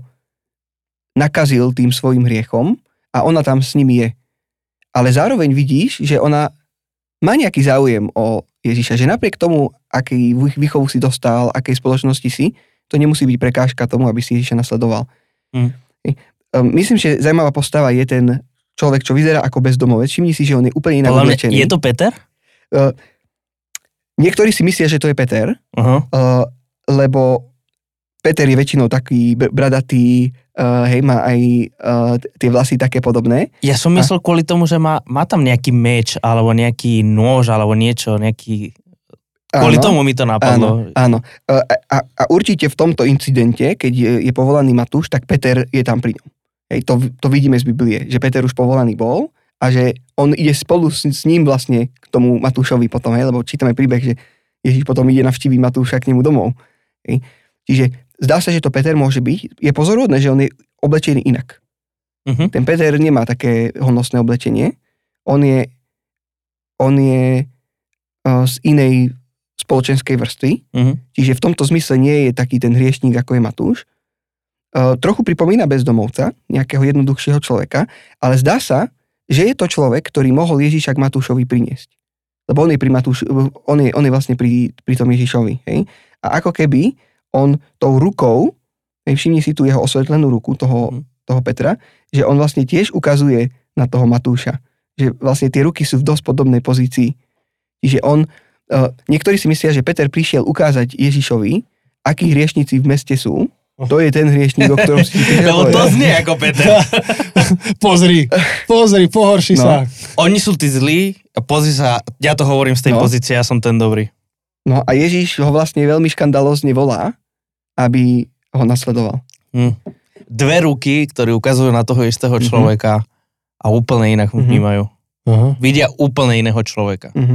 nakazil tým svojim hriechom a ona tam s ním je. Ale zároveň vidíš, že ona má nejaký záujem o Ježiša, že napriek tomu, aký výchovu si dostal, akej spoločnosti si, to nemusí byť prekážka tomu, aby si Ježiša nasledoval. Mm. Myslím, že zaujímavá postava je ten človek, čo vyzerá ako bezdomovec. Všimni si, že on je úplne inak oblečený. Je to Peter? Uh, niektorí si myslia, že to je Peter, uh-huh. uh, lebo Peter je väčšinou taký bradatý, uh, hej, má aj uh, tie vlasy také podobné. Ja som myslel a... kvôli tomu, že má, má tam nejaký meč, alebo nejaký nôž, alebo niečo, nejaký... Kvôli áno, tomu mi to napadlo. Áno, áno. A, a, a určite v tomto incidente, keď je, je povolaný Matúš, tak Peter je tam pri ňom. Hej, to, to vidíme z Biblie, že Peter už povolaný bol a že on ide spolu s, s ním vlastne k tomu Matúšovi potom, hej, lebo čítame príbeh, že Ježiš potom ide navštíviť Matúša k nemu domov. Hej. Čiže zdá sa, že to Peter môže byť. Je pozoruhodné, že on je oblečený inak. Uh-huh. Ten Peter nemá také honosné oblečenie. On je, on je uh, z inej spoločenskej vrstvy, uh-huh. čiže v tomto zmysle nie je taký ten hriešník, ako je Matúš. Uh, trochu pripomína bezdomovca, nejakého jednoduchšieho človeka, ale zdá sa, že je to človek, ktorý mohol Ježiša k Matúšovi priniesť. Lebo on je, pri Matúš, on je, on je vlastne pri, pri tom Ježišovi. Hej? A ako keby on tou rukou, hej, všimni si tu jeho osvetlenú ruku, toho, uh-huh. toho Petra, že on vlastne tiež ukazuje na toho Matúša. Že vlastne tie ruky sú v dosť podobnej pozícii. Čiže on Uh, niektorí si myslia, že Peter prišiel ukázať Ježišovi, akí hriešnici v meste sú. To je ten hriešník, o ktorom si ty no to znie ako Peter. pozri, pozri, pohorši no. sa. Oni sú tí zlí a pozri sa, ja to hovorím z tej no. pozície, ja som ten dobrý. No a Ježiš ho vlastne veľmi škandalózne volá, aby ho nasledoval. Hm. Dve ruky, ktoré ukazujú na toho istého človeka mm-hmm. a úplne inak mm-hmm. vnímajú. Uh-huh. Vidia úplne iného človeka. Mm-hmm.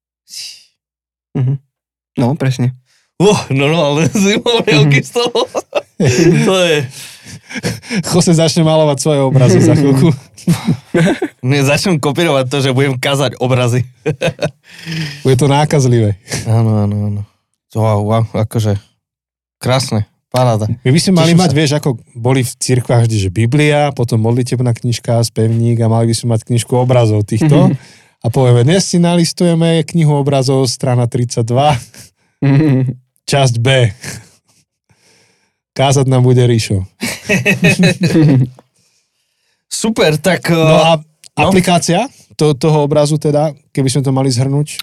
Uh-huh. No, presne. Uh, no, no, ale si mal veľký z toho. To je... Jose začne malovať svoje obrazy za chvíľku. Nie, začnem kopírovať to, že budem kazať obrazy. Bude to nákazlivé. Áno, áno, áno. Wow, wow, akože krásne, paráda. My by sme mali Teším mať, sa. vieš, ako boli v cirkvách vždy, že Biblia, potom modlitebná knižka, spevník a mali by sme mať knižku obrazov týchto. Mm-hmm. A povieme, dnes si nalistujeme knihu obrazov, strana tridsaťdva, mm-hmm. časť B. Kázať nám bude Ríšo. Super, tak... Uh, no a aplikácia to, toho obrazu teda, keby sme to mali zhrnúť?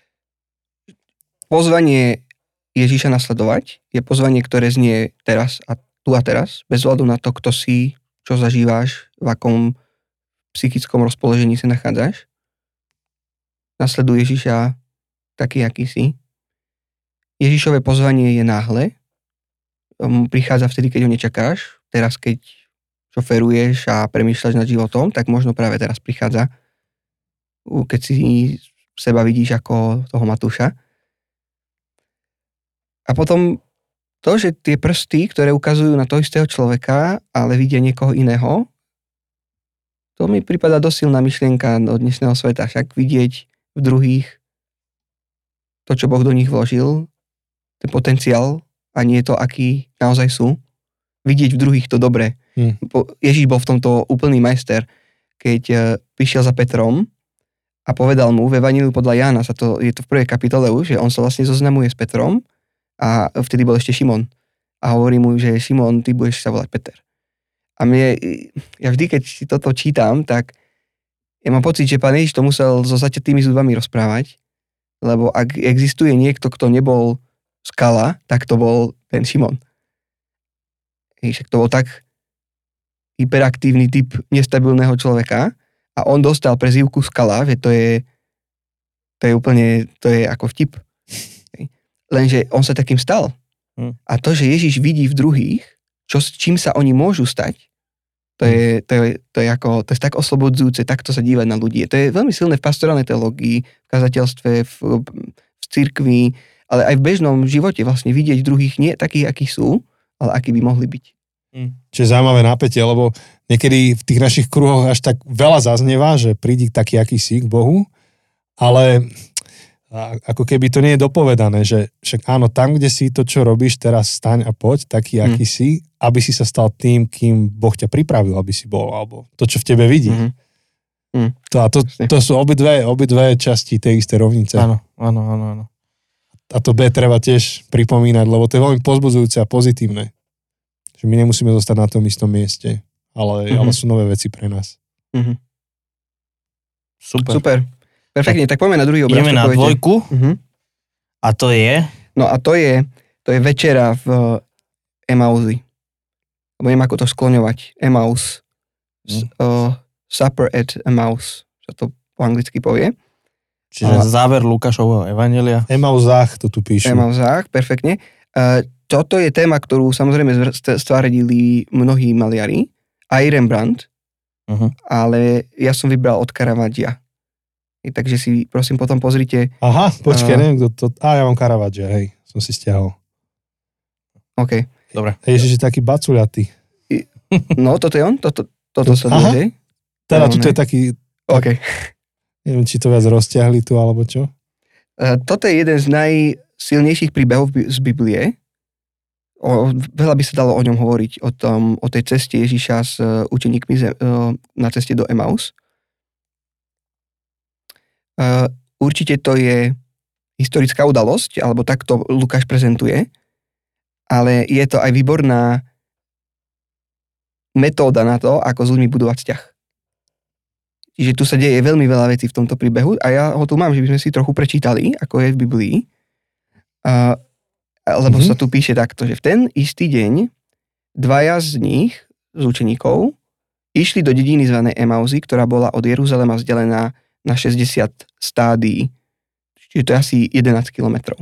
Pozvanie Ježíša nasledovať je pozvanie, ktoré znie teraz a tu a teraz, bez ohľadu na to, kto si, čo zažíváš, v akom psychickom rozpoložení sa nachádzaš. Nasleduj Ježiša taký, aký si. Ježišové pozvanie je náhle. Prichádza vtedy, keď ho nečakáš. Teraz, keď šoferuješ a premýšľaš nad životom, tak možno práve teraz prichádza, keď si seba vidíš ako toho Matúša. A potom to, že tie prsty, ktoré ukazujú na toho istého človeka, ale vidia niekoho iného, to mi prípada dosť silná myšlienka od dnešného sveta. Však vidieť v druhých to, čo Boh do nich vložil, ten potenciál a nie to, aký naozaj sú. Vidieť v druhých to dobré. Hmm. Ježiš bol v tomto úplný majster, keď prišiel za Petrom a povedal mu, v Evanjeliu podľa Jána, sa to, je to v prvej kapitole už, že on sa vlastne zoznamuje s Petrom a vtedy bol ešte Šimon. A hovorí mu, že Šimon, ty budeš sa volať Peter. A mne, ja vždy, keď si toto čítam, tak ja mám pocit, že pán Ježiš to musel so zaťatými zubami rozprávať, lebo ak existuje niekto, kto nebol skala, tak to bol ten Šimon. Však to bol tak hyperaktívny typ nestabilného človeka a on dostal prezývku skala, že to je to je úplne, to je ako vtip. Lenže on sa takým stal. A to, že Ježiš vidí v druhých, čo, čím sa oni môžu stať, To je, to, je, to, je ako, to je tak oslobodzujúce, takto sa dívať na ľudí. To je veľmi silné v pastorálnej teológii, v kazateľstve, v, v cirkvi, ale aj v bežnom živote vlastne vidieť druhých nie takých, akí sú, ale akí by mohli byť. Čiže zaujímavé napätie, lebo niekedy v tých našich kruhoch až tak veľa zaznieva, že prídi taký, aký si k Bohu, ale ako keby to nie je dopovedané, že však áno, tam, kde si to, čo robíš, teraz staň a poď, taký, hmm. aký si, aby si sa stal tým, kým Boh ťa pripravil, aby si bol, alebo to, čo v tebe vidí. Hmm. Hmm. To, a to, to sú obidve, obidve časti tej istej rovnice. Áno, áno, áno, áno. A to B treba tiež pripomínať, lebo to je veľmi pozbudzujúce a pozitívne. Že my nemusíme zostať na tom istom mieste, ale, mm-hmm. ale sú nové veci pre nás. Mm-hmm. Super. Super. Perfektne, tak, tak poďme na druhý obraz. Ideme na poviete. Dvojku. Uh-huh. A to je? No a to je, to je večera v Emauzi. Budem ako to skloňovať. Emaus. Mm. Uh, supper at Emmaus. Čo to po anglicky povie. Čiže a, záver Lukášovho evanjelia. Emauzách to tu píšu. Emauzách, perfektne. Uh, toto je téma, ktorú samozrejme stvárnili mnohí maliari. Aj Rembrandt. Uh-huh. Ale ja som vybral od Caravaggia. Takže si prosím potom pozrite. Aha, počkaj, uh, neviem, kto to... Á, ja mám Caravaggia, hej, som si stiahol. OK. Dobre. Ježiš je taký bacuľatý. No, toto je on? Toto, toto sa dôjde? Teda, toto je taký... OK. Neviem, či to viac rozťahli tu, alebo čo? Uh, toto je jeden z najsilnejších príbehov z Biblie. O, veľa by sa dalo o ňom hovoriť, o, tom, o tej ceste Ježiša s uh, učeníkmi uh, na ceste do Emaus. Uh, určite to je historická udalosť, alebo takto Lukáš prezentuje, ale je to aj výborná metóda na to, ako s ľuďmi budovať vzťah. Čiže tu sa deje veľmi veľa vecí v tomto príbehu a ja ho tu mám, že by sme si trochu prečítali, ako je v Biblii. Uh, lebo mm-hmm. sa tu píše takto, že v ten istý deň dvaja z nich, z učeníkov, išli do dediny zvanej Emauzy, ktorá bola od Jeruzalema vzdialená na šesťdesiat stádií. Čiže to je asi jedenásť kilometrov.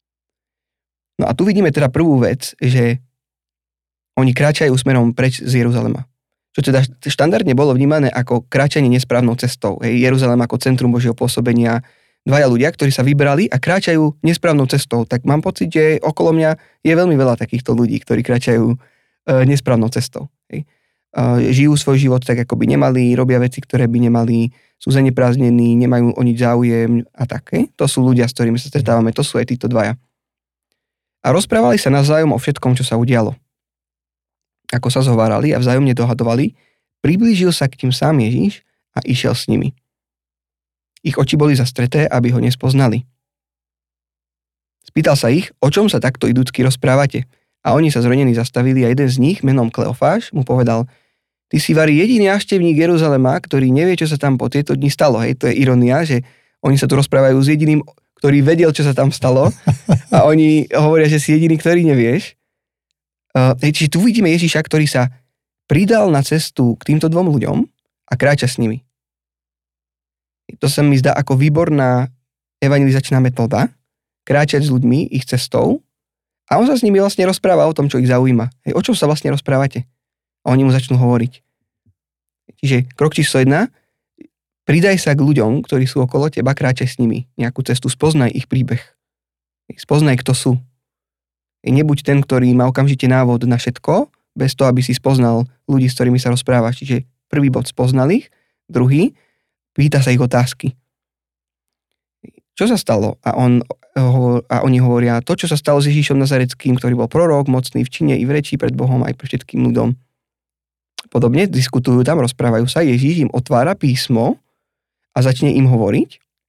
No a tu vidíme teda prvú vec, že oni kráčajú smerom preč z Jeruzalema. Čo teda štandardne bolo vnímané ako kráčanie nesprávnou cestou. Hej, Jeruzalem ako centrum Božieho pôsobenia. Dvaja ľudia, ktorí sa vybrali a kráčajú nesprávnou cestou. Tak mám pocit, že okolo mňa je veľmi veľa takýchto ľudí, ktorí kráčajú e, nesprávnou cestou. Hej. E, žijú svoj život tak, ako by nemali, robia veci, ktoré by nemali, sú zaneprázdnení, nemajú o nič záujem a tak. Hej. To sú ľudia, s ktorými sa stretávame, to sú aj títo dvaja. A rozprávali sa navzájom o všetkom, čo sa udialo. Ako sa zhovárali a vzájomne dohadovali, priblížil sa k tým sám Ježiš a išiel s nimi. Ich oči boli zastreté, aby ho nespoznali. Spýtal sa ich, o čom sa takto idúcky rozprávate. A oni sa zronení zastavili a jeden z nich, menom Kleofáš, mu povedal: Ty si vari jediný návštevník Jeruzalema, ktorý nevie, čo sa tam po tieto dni stalo. Hej, to je ironia, že oni sa tu rozprávajú s jediným, ktorý vedel, čo sa tam stalo, a oni hovoria, že si jediný, ktorý nevieš. Uh, čiže tu vidíme Ježiša, ktorý sa pridal na cestu k týmto dvom ľuďom a kráča s nimi. To sa mi zdá ako výborná evangelizačná metóda, kráčať s ľuďmi ich cestou, a on sa s nimi vlastne rozpráva o tom, čo ich zaujíma. Hej, o čom sa vlastne rozprávate? A oni mu začnú hovoriť. Čiže krok číslo jedna, pridaj sa k ľuďom, ktorí sú okolo teba, kráčaj s nimi nejakú cestu, spoznaj ich príbeh. Spoznaj, kto sú. Nebuď ten, ktorý má okamžite návod na všetko, bez toho, aby si spoznal ľudí, s ktorými sa rozprávaš. Čiže prvý bod, spoznal ich, druhý, pýta sa ich otázky. Čo sa stalo? A, on, a oni hovoria, to, čo sa stalo s Ježišom Nazareckým, ktorý bol prorok, mocný v čine i v reči pred Bohom aj pre všetkým ľudom. Podobne diskutujú tam, rozprávajú sa, Ježiš im otvára písmo a začne im hovoriť.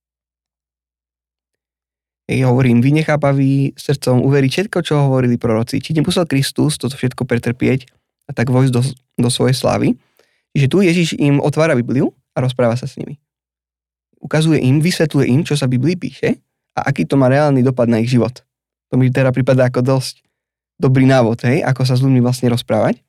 Ja hovorím, vy nechápaví srdcom uveriť všetko, čo hovorili proroci. Či nemusel Kristus toto všetko pretrpieť a tak vojsť do, do svojej slávy. Čiže tu Ježiš im otvára Bibliu a rozpráva sa s nimi. Ukazuje im, vysvetľuje im, čo sa v Biblii píše a aký to má reálny dopad na ich život. To mi teda pripadá ako dosť dobrý návod, hej, ako sa s ľuďmi vlastne rozprávať.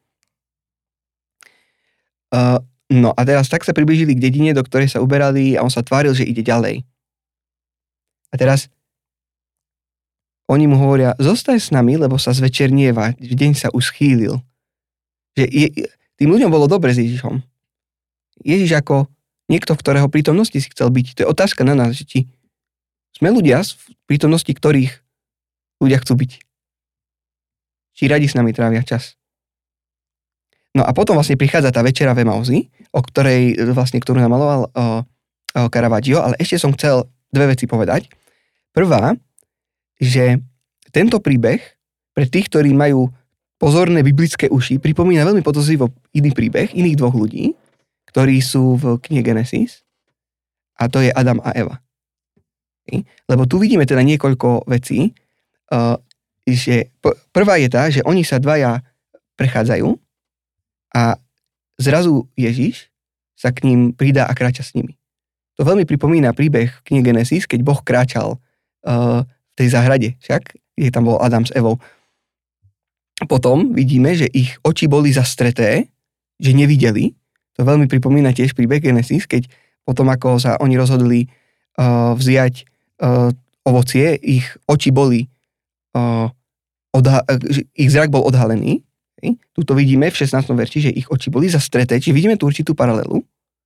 Uh, no a teraz tak sa priblížili k dedine, do ktorej sa uberali, a on sa tváril, že ide ďalej. A teraz oni mu hovoria, zostaj s nami, lebo sa zvečernieva, deň sa už schýlil. Že je, tým ľuďom bolo dobre s Ježišom. Ježiš ako niekto, v ktorého prítomnosti si chcel byť. To je otázka na nás, že či sme ľudia, v prítomnosti ktorých ľudia chcú byť. Či radi s nami trávia čas. No a potom vlastne prichádza tá večera v Emauzi, o ktorej vlastne, ktorú namaloval uh, uh, Caravaggio, ale ešte som chcel dve veci povedať. Prvá, že tento príbeh pre tých, ktorí majú pozorné biblické uši, pripomína veľmi podozrivo iný príbeh iných dvoch ľudí, ktorí sú v knihe Genesis, a to je Adam a Eva. Lebo tu vidíme teda niekoľko vecí, uh, že p- prvá je tá, že oni sa dvaja prechádzajú a zrazu Ježiš sa k ním pridá a kráča s nimi. To veľmi pripomína príbeh v knihe Genesis, keď Boh kráčal uh, v tej záhrade, však, kde tam bol Adam s Evou. Potom vidíme, že ich oči boli zastreté, že nevideli. To veľmi pripomína tiež príbeh Genesis, keď potom, ako sa oni rozhodli uh, vziať uh, ovocie, ich oči boli, uh, odha- ich zrak bol odhalený. Okay? Tuto vidíme v šestnástom verši, že ich oči boli zastreté, čiže vidíme tú určitú paralelu.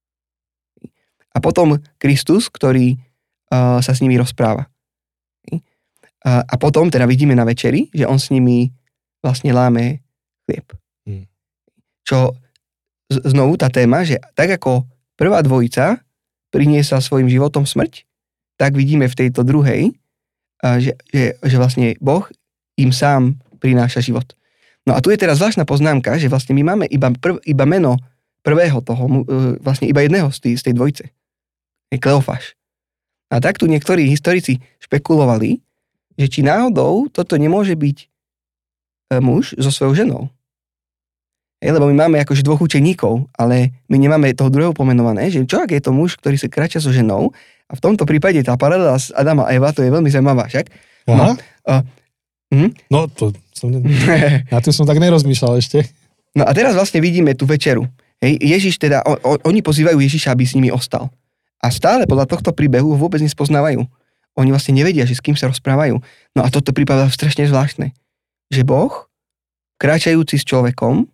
A potom Kristus, ktorý uh, sa s nimi rozpráva. Okay? Uh, a potom teda vidíme na večeri, že on s nimi vlastne láme chlieb. Hmm. Čo z- znovu tá téma, že tak ako prvá dvojica priniesla svojim životom smrť, tak vidíme v tejto druhej, uh, že, že, že vlastne Boh im sám prináša život. No a tu je teraz zvláštna poznámka, že vlastne my máme iba, prv, iba meno prvého toho, uh, vlastne iba jedného z, tý, z tej dvojice. Je Kleofáš. A tak tu niektorí historici špekulovali, že či náhodou toto nemôže byť muž so svojou ženou. Je, lebo my máme akože dvoch učeníkov, ale my nemáme toho druhého pomenované, že čo ak je to muž, ktorý sa kráča so ženou, a v tomto prípade tá paralela z Adama a Eva, to je veľmi zaujímavá, však? Aha. No, uh, hm? no to som, ne... na tým som tak nerozmýšľal ešte. No a teraz vlastne vidíme tú večeru. Hej, Ježiš teda, o, o, oni pozývajú Ježiša, aby s nimi ostal. A stále podľa tohto príbehu ho vôbec nespoznávajú. Oni vlastne nevedia, že s kým sa rozprávajú. No a toto prípada strašne zvláštne. Že Boh, kráčajúci s človekom,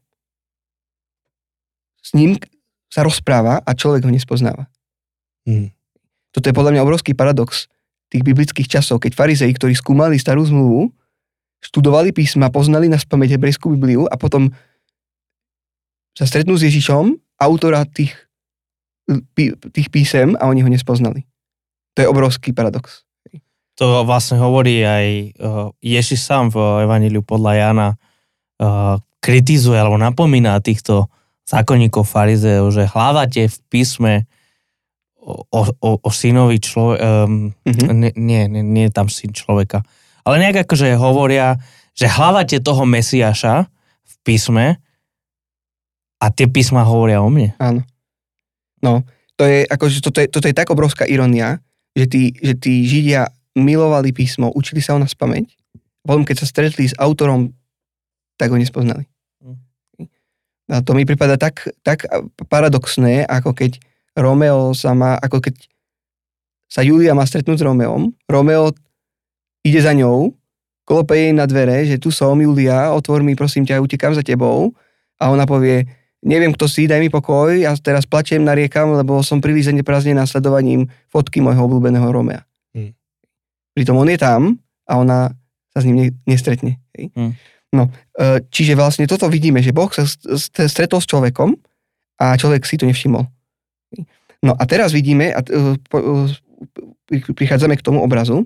s ním sa rozpráva a človek ho nespoznáva. Hmm. Toto je podľa mňa obrovský paradox tých biblických časov, keď farizei, ktorí skúmali starú zmluvu, študovali písma, poznali na spamäť hebrejskú Bibliu a potom sa stretnú s Ježišom, autora tých tých písem a oni ho nespoznali. To je obrovský paradox. To vlastne hovorí aj Ježiš sám v Evanjeliu podľa Jána kritizuje alebo napomína týchto zákonníkov farizeov, že hľadáte v písme o, o, o synovi človeka, um, mm-hmm. nie, nie, nie je tam syn človeka, ale nejak akože hovoria, že hľadáte toho Mesiáša v písme a tie písma hovoria o mne. Áno. No, to je, akože, toto, je, toto je tak obrovská ironia, že tí, že tí Židia milovali písmo, učili sa ho na spamäť, potom keď sa stretli s autorom, tak ho nespoznali. Mm. A to mi prípada tak, tak paradoxné, ako keď Romeo sa má, ako keď sa Julia má stretnúť s Romeom, Romeo ide za ňou, klope jej na dvere, že tu som, Julia, otvor mi, prosím ťa, utekám za tebou, a ona povie, neviem, kto si, daj mi pokoj, a teraz plačem, nariekam, lebo som príliš zaneprázdnená sledovaním fotky môjho obľúbeného Romea. Hmm. Pritom on je tam a ona sa s ním nestretne. Hej? Hmm. No, čiže vlastne toto vidíme, že Boh sa stretol s človekom a človek si to nevšimol. No a teraz vidíme, a prichádzame k tomu obrazu,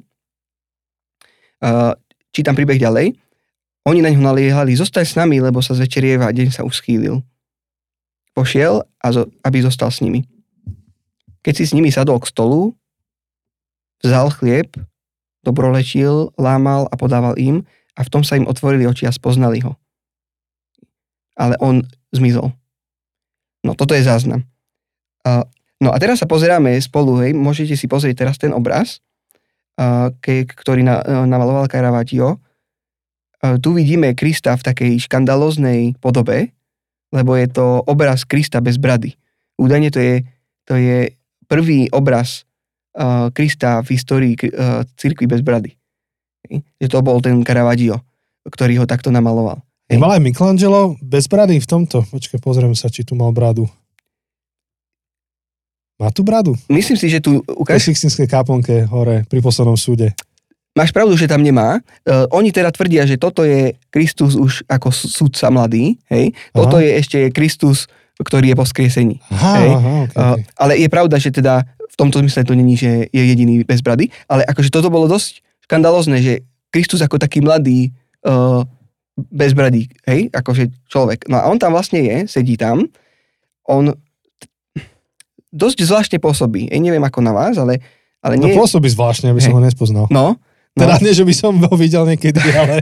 čítam príbeh ďalej, oni na ňu naliehali, zostaň s nami, lebo sa zvečerieva a deň sa už schýlil. Pošiel, a zo, aby zostal s nimi. Keď si s nimi sadol k stolu, vzal chlieb, dobrolečil, lámal a podával im, a v tom sa im otvorili oči a spoznali ho. Ale on zmizol. No, toto je záznam. Uh, no a teraz sa pozeráme spolu, hej, môžete si pozrieť teraz ten obraz, uh, ke, ktorý na, uh, namaloval Caravaggio. Uh, tu vidíme Krista v takej škandalóznej podobe, lebo je to obraz Krista bez brady. Údajne to je, to je prvý obraz uh, Krista v histórii uh, cirkvi bez brady. Že to bol ten Caravaggio, ktorý ho takto namaloval. Nemal aj Michelangelo bez brady v tomto? Počkaj, pozriem sa, či tu mal bradu. Má tu bradu? Myslím si, že tu V ukáž... Sixtínskej kaplnke hore pri poslednom súde. Máš pravdu, že tam nemá. Uh, oni teda tvrdia, že toto je Kristus už ako súdca mladý, hej. Toto je ešte Kristus, ktorý je po skriesení. Aha, hej. aha, okay, Uh, okay. ale je pravda, že teda v tomto zmysle to není, že je jediný bez brady, ale akože toto bolo dosť škandalózne, že Kristus ako taký mladý uh, bez brady, hej, akože človek. No a on tam vlastne je, sedí tam, on dosť zvláštne pôsobí. Ej, neviem ako na vás, ale, ale nie... No pôsobí zvláštne, aby som hej. ho nespoznal. No, no. Teda nie, že by som ho videl niekedy, ale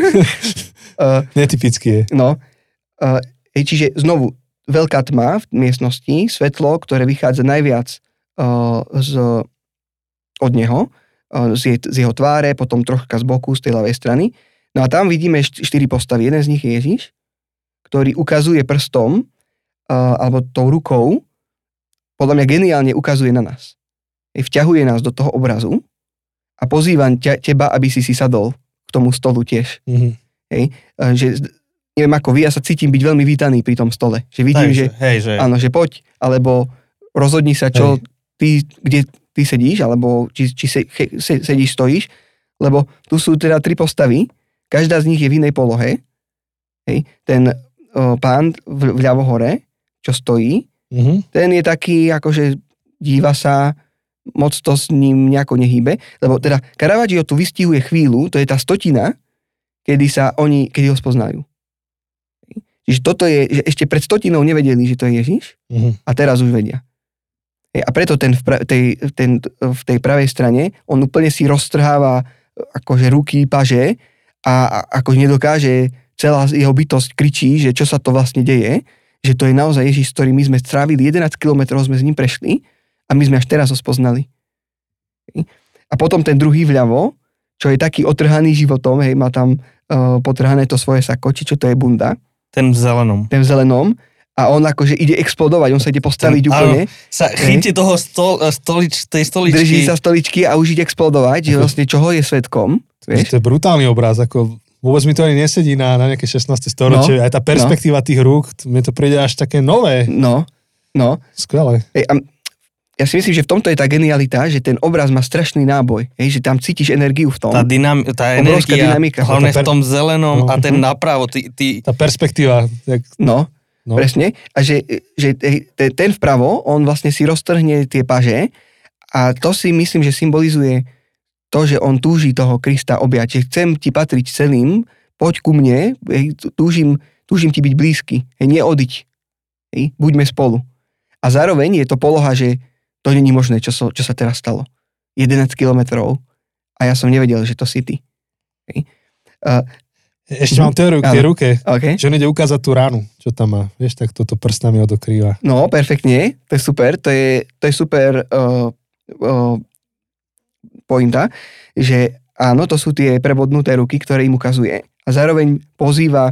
uh, netypický je. no, uh, hej, čiže znovu, veľká tma v miestnosti, svetlo, ktoré vychádza najviac uh, z, od neho, uh, z, je, z jeho tváre, potom troška z boku, z tej ľavej strany. No a tam vidíme št- štyri postavy. Jeden z nich je Ježiš, ktorý ukazuje prstom, uh, alebo tou rukou, podľa mňa geniálne ukazuje na nás. Hej, vťahuje nás do toho obrazu a pozývam ťa, teba, aby si si sadol k tomu stolu tiež. Mhm. Hej, uh, že neviem ako vy, ja sa cítim byť veľmi vítaný pri tom stole. Že vidím, hej, že, hej, že... áno, že poď, alebo rozhodni sa, čo ty, kde ty sedíš, alebo či, či se, he, se, sedíš, stojíš, lebo tu sú teda tri postavy, každá z nich je v inej polohe. Hej, ten o, pán v, vľavo hore, čo stojí, Mhm. ten je taký, akože díva sa, moc to s ním nejako nehýbe, lebo teda Caravaggio tu vystihuje chvíľu, to je tá stotina, kedy sa oni, kedy ho spoznajú. Čiže toto je, že ešte pred stotinou nevedeli, že to je Ježiš, Mhm. a teraz už vedia. A preto ten v, pra, tej, ten v tej pravej strane, on úplne si roztrháva akože ruky, paže a, a akože nedokáže, celá jeho bytosť kričí, že čo sa to vlastne deje, že to je naozaj Ježiš, s ktorým my sme strávili jedenásť kilometrov, sme s ním prešli a my sme až teraz ho spoznali. A potom ten druhý vľavo, čo je taký otrhaný životom, hej, má tam uh, potrhané to svoje sako, či čo to je bunda, Ten v zelenom. ten v zelenom, a on akože ide explodovať, on sa ide postaviť Ten- úplne, Sa chytí toho stol, stolič, tej stoličky. drží sa stoličky a už ide explodovať, že vlastne čoho je svedkom, vieš? To je brutálny obraz, ako vôbec mi to ani nesedí na, na nejaké šestnáste storočie. No, Aj tá perspektíva tých rúk, mne to príde až také nové. No, no. Skvelé. Ej, a ja si myslím, že v tomto je tá genialita, že ten obraz má strašný náboj, hej, že tam cítiš energiu v tom. Tá, dynam, tá Obrovská energia, dynamika. hlavne Tá per- v tom zelenom no. a ten napravo. Ty, ty, Tá perspektíva. Jak, No, no. presne. A že, že hej, te- ten vpravo, on vlastne si roztrhne tie paže a to si myslím, že symbolizuje to, že on túži toho Krista objať, že chcem ti patriť celým, poď ku mne, hej, túžim, túžim ti byť blízky, hej, neodiť, hej, buďme spolu. A zároveň je to poloha, že to není možné, čo, so, čo sa teraz stalo. jedenásť kilometrov a ja som nevedel, že to si ty. Hej. Uh, Ešte mám teóriu k tej Áno. ruke, okay. že on ide ukázať tú ránu, čo tam má. Vieš, tak toto prstami odokrýva. No, perfektne, to je super, to je, to je super uh, uh, pointa, že áno, to sú tie prebodnuté ruky, ktoré im ukazuje a zároveň pozýva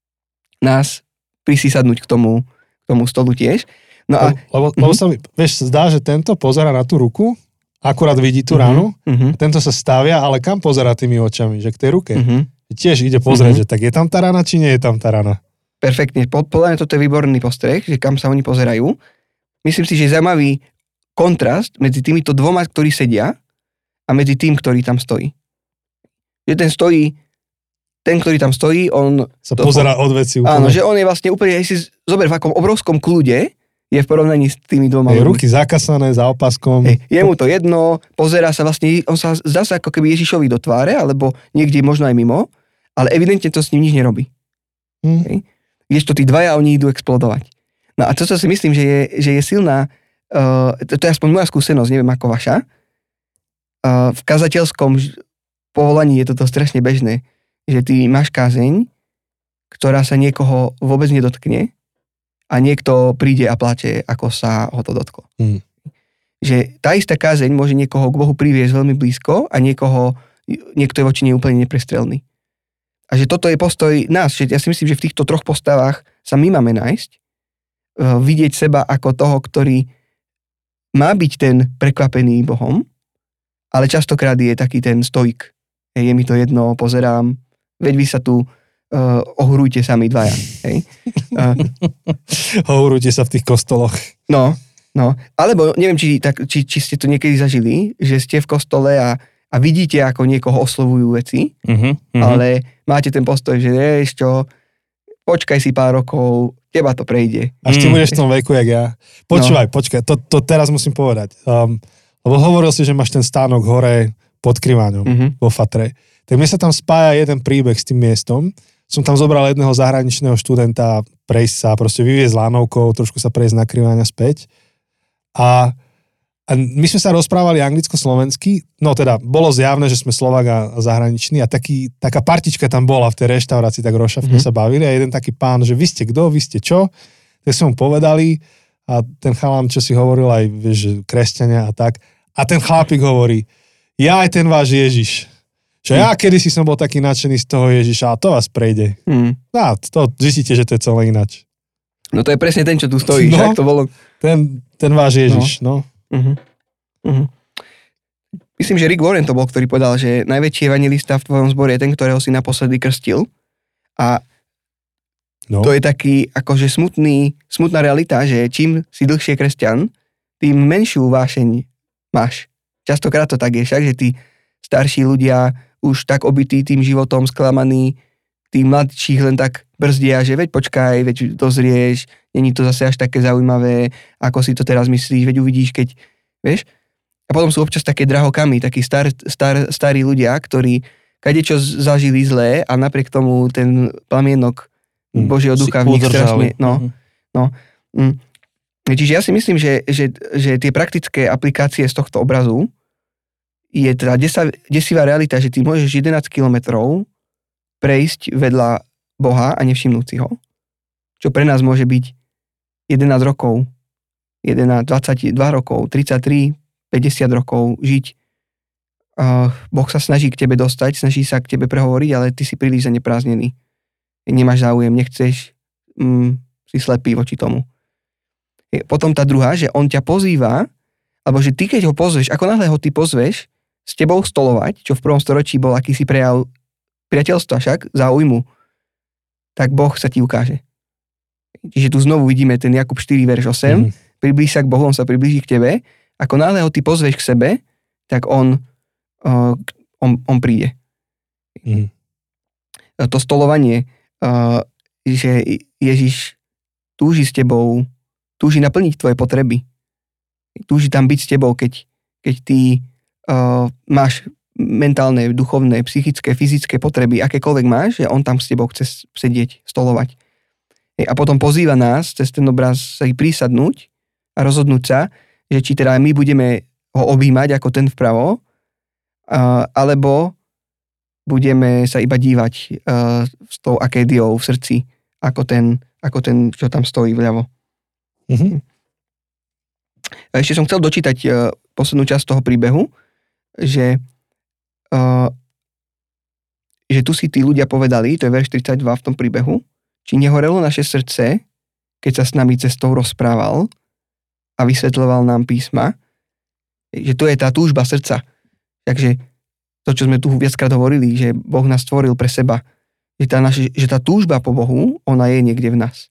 nás prisísadnúť k tomu, k tomu stolu tiež. No a... Lebo, lebo sa mi, vieš, zdá, že tento pozerá na tú ruku, akurát vidí tú ránu, Uh-huh, tento sa stavia, ale kam pozerá tými očami, že k tej ruke. uh-huh. Tiež ide pozrieť, Mhm. že tak je tam tá rana, či nie je tam tá rana. Perfektne, podľa mňa toto je výborný postreh, že kam sa oni pozerajú. Myslím si, že je zaujímavý kontrast medzi týmito dvoma, ktorí sedia a medzi tým, ktorý tam stojí. Že ten stojí, ten, ktorý tam stojí, on... Sa to- pozerá od veci úplne. Áno, že on je vlastne úplne, si zober, v akom obrovskom kľude je v porovnaní s tými dvoma Hej, ľuďmi. ruky zakasané za opaskom. Hej, je mu to jedno, pozerá sa vlastne, on sa zdá sa ako keby Ježišovi do tváre, alebo niekde možno aj mimo, ale evidentne to s ním nič nerobí. Hm. Hej. Kdežto tí dvaja, oni idú explodovať. No a to, čo si myslím, že je, že je silná, uh, to, to je aspoň moja skúsenosť, neviem ako vaša, uh, v kazateľskom ž- povolaní je toto strašne bežné, že ty máš kázeň, ktorá sa niekoho vôbec nedotkne a niekto príde a plače, ako sa ho to dotklo. Hm. Že tá istá kázeň môže niekoho k Bohu priviesť veľmi blízko a niekoho, niekto je voči nej úplne neprestrelný. A že toto je postoj nás, že ja si myslím, že v týchto troch postavách sa my máme nájsť, uh, vidieť seba ako toho, ktorý má byť ten prekvapený Bohom, ale častokrát je taký ten stoik. Je mi to jedno, pozerám, veď vy sa tu uh, ohrujte sami dvaja. Hej. Uh, Hovorujte sa v tých kostoloch. no, no. Alebo neviem, či, tak, či, či ste to niekedy zažili, že ste v kostole a, a vidíte, ako niekoho oslovujú veci, Uh-huh, uh-huh. ale máte ten postoj, že vieš čo, počkaj si pár rokov, teba to prejde. Až ty Mm. budeš v tom veku, jak ja. Počúvaj, no. počkaj, to, to teraz musím povedať. Um, lebo hovoril si, že máš ten stánok hore pod Kriváňom, Mhm. vo Fatre. Tak mne sa tam spája jeden príbeh s tým miestom. Som tam zobral jedného zahraničného študenta prejsť sa, proste vyviezť lánovkou, trošku sa prejsť na Kriváňa späť. A, a my sme sa rozprávali anglicko-slovensky, no teda bolo zjavné, že sme Slovák a zahraniční a taký, taká partička tam bola v tej reštaurácii, tak rošavne Mhm. sa bavili a jeden taký pán, že vy ste kto, vy ste čo? Tak sme mu povedali a ten chalán, čo si hovoril aj, vieš, že kresťania a tak. A ten chlapík hovorí, ja aj ten váš Ježiš. Že ja kedysi som bol taký nadšený z toho Ježiša a to vás prejde. Hmm. No, to zistíte, že to je celé ináč. No to je presne ten, čo tu stojí, No. však to bolo. Ten, ten váš Ježiš, no. no. Uh-huh. Uh-huh. Myslím, že Rick Warren to bol, ktorý povedal, že najväčší evangelista v tvojom zbore je ten, ktorého si naposledy krstil. A no. to je taký akože smutný, smutná realita, že čím si dlhšie kresťan, tým menšiu vášeň máš. Častokrát to tak je však, že tí starší ľudia už tak obytí tým životom, sklamaní, tí mladších len tak brzdia, že veď počkaj, veď dozrieš, není to zase až také zaujímavé, ako si to teraz myslíš, veď uvidíš, keď, vieš. A potom sú občas také drahokamy, takí star, star, starí ľudia, ktorí kadečo zažili zlé a napriek tomu ten plamienok Mm. Božieho ducha v nich strašne, no, Mhm. no. Mm. Čiže ja si myslím, že, že, že tie praktické aplikácie z tohto obrazu je teda desa, desivá realita, že ty môžeš jedenásť kilometrov prejsť vedľa Boha a nevšimnúť si ho. Čo pre nás môže byť jedenásť rokov, jedenásť, dvadsaťdva rokov, tridsaťtri, päťdesiat rokov žiť. Uh, boh sa snaží k tebe dostať, snaží sa k tebe prehovoriť, ale ty si príliš zanepráznený. Nemáš záujem, nechceš, mm, si slepý voči tomu. Potom tá druhá, že on ťa pozýva, alebo že ty, keď ho pozveš, ako náhle ho ty pozveš, s tebou stolovať, čo v prvom storočí bol akýsi prejav priateľstva však, záujmu, tak Boh sa ti ukáže. Čiže tu znovu vidíme ten Jakub štyri, verš osem, mm-hmm. priblíž sa k Bohu, on sa priblíži k tebe, ako náhle ho ty pozveš k sebe, tak on, uh, on, on príde. Mm-hmm. To stolovanie, uh, že Ježiš túži s tebou, túži naplniť tvoje potreby. Túži tam byť s tebou, keď, keď ty uh, máš mentálne, duchovné, psychické, fyzické potreby, akékoľvek máš, že on tam s tebou chce sedieť, stolovať. A potom pozýva nás cez ten obraz sa i prísadnúť a rozhodnúť sa, že či teda my budeme ho objímať ako ten vpravo, uh, alebo budeme sa iba dívať uh, s tou akédiou v srdci, ako ten, ako ten, čo tam stojí vľavo. Mm-hmm. A ešte som chcel dočítať uh, poslednú časť toho príbehu, že, uh, že tu si tí ľudia povedali, to je verš tridsaťdva v tom príbehu, či nehorelo naše srdce, keď sa s nami cestou rozprával a vysvetľoval nám písma, že to je tá túžba srdca. Takže to, čo sme tu viackrát hovorili, že Boh nás stvoril pre seba, že tá, naša, že tá túžba po Bohu, ona je niekde v nás.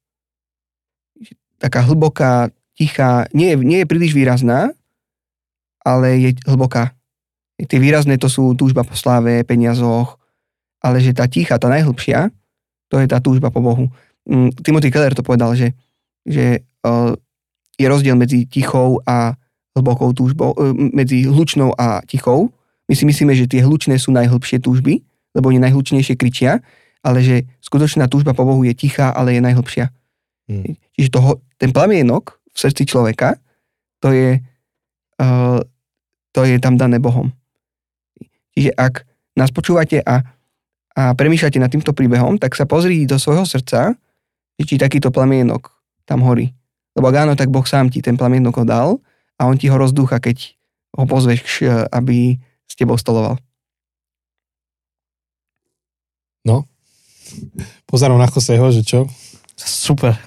Taká hlboká, tichá, nie je, nie je príliš výrazná, ale je hlboká. Tie výrazné to sú túžba po sláve, peniazoch, ale že tá tichá, tá najhlbšia, to je tá túžba po Bohu. Timothy Keller to povedal, že, že uh, je rozdiel medzi tichou a hlbokou túžbou, uh, medzi hlučnou a tichou. My si myslíme, že tie hlučné sú najhlbšie túžby, lebo oni najhlučnejšie kričia, ale že skutočná túžba po Bohu je tichá, ale je najhlbšia. Hmm. Čiže toho, ten plamienok v srdci človeka, to je, uh, to je tam dané Bohom. Čiže ak nás počúvate a, a premýšľate nad týmto príbehom, tak sa pozri do svojho srdca, či takýto plamienok tam horí. Lebo ak áno, tak Boh sám ti ten plamienok ho dal a on ti ho rozdúcha, keď ho pozveš, aby s tebou stoloval. No. Pozerám na Joseho, že čo? Super.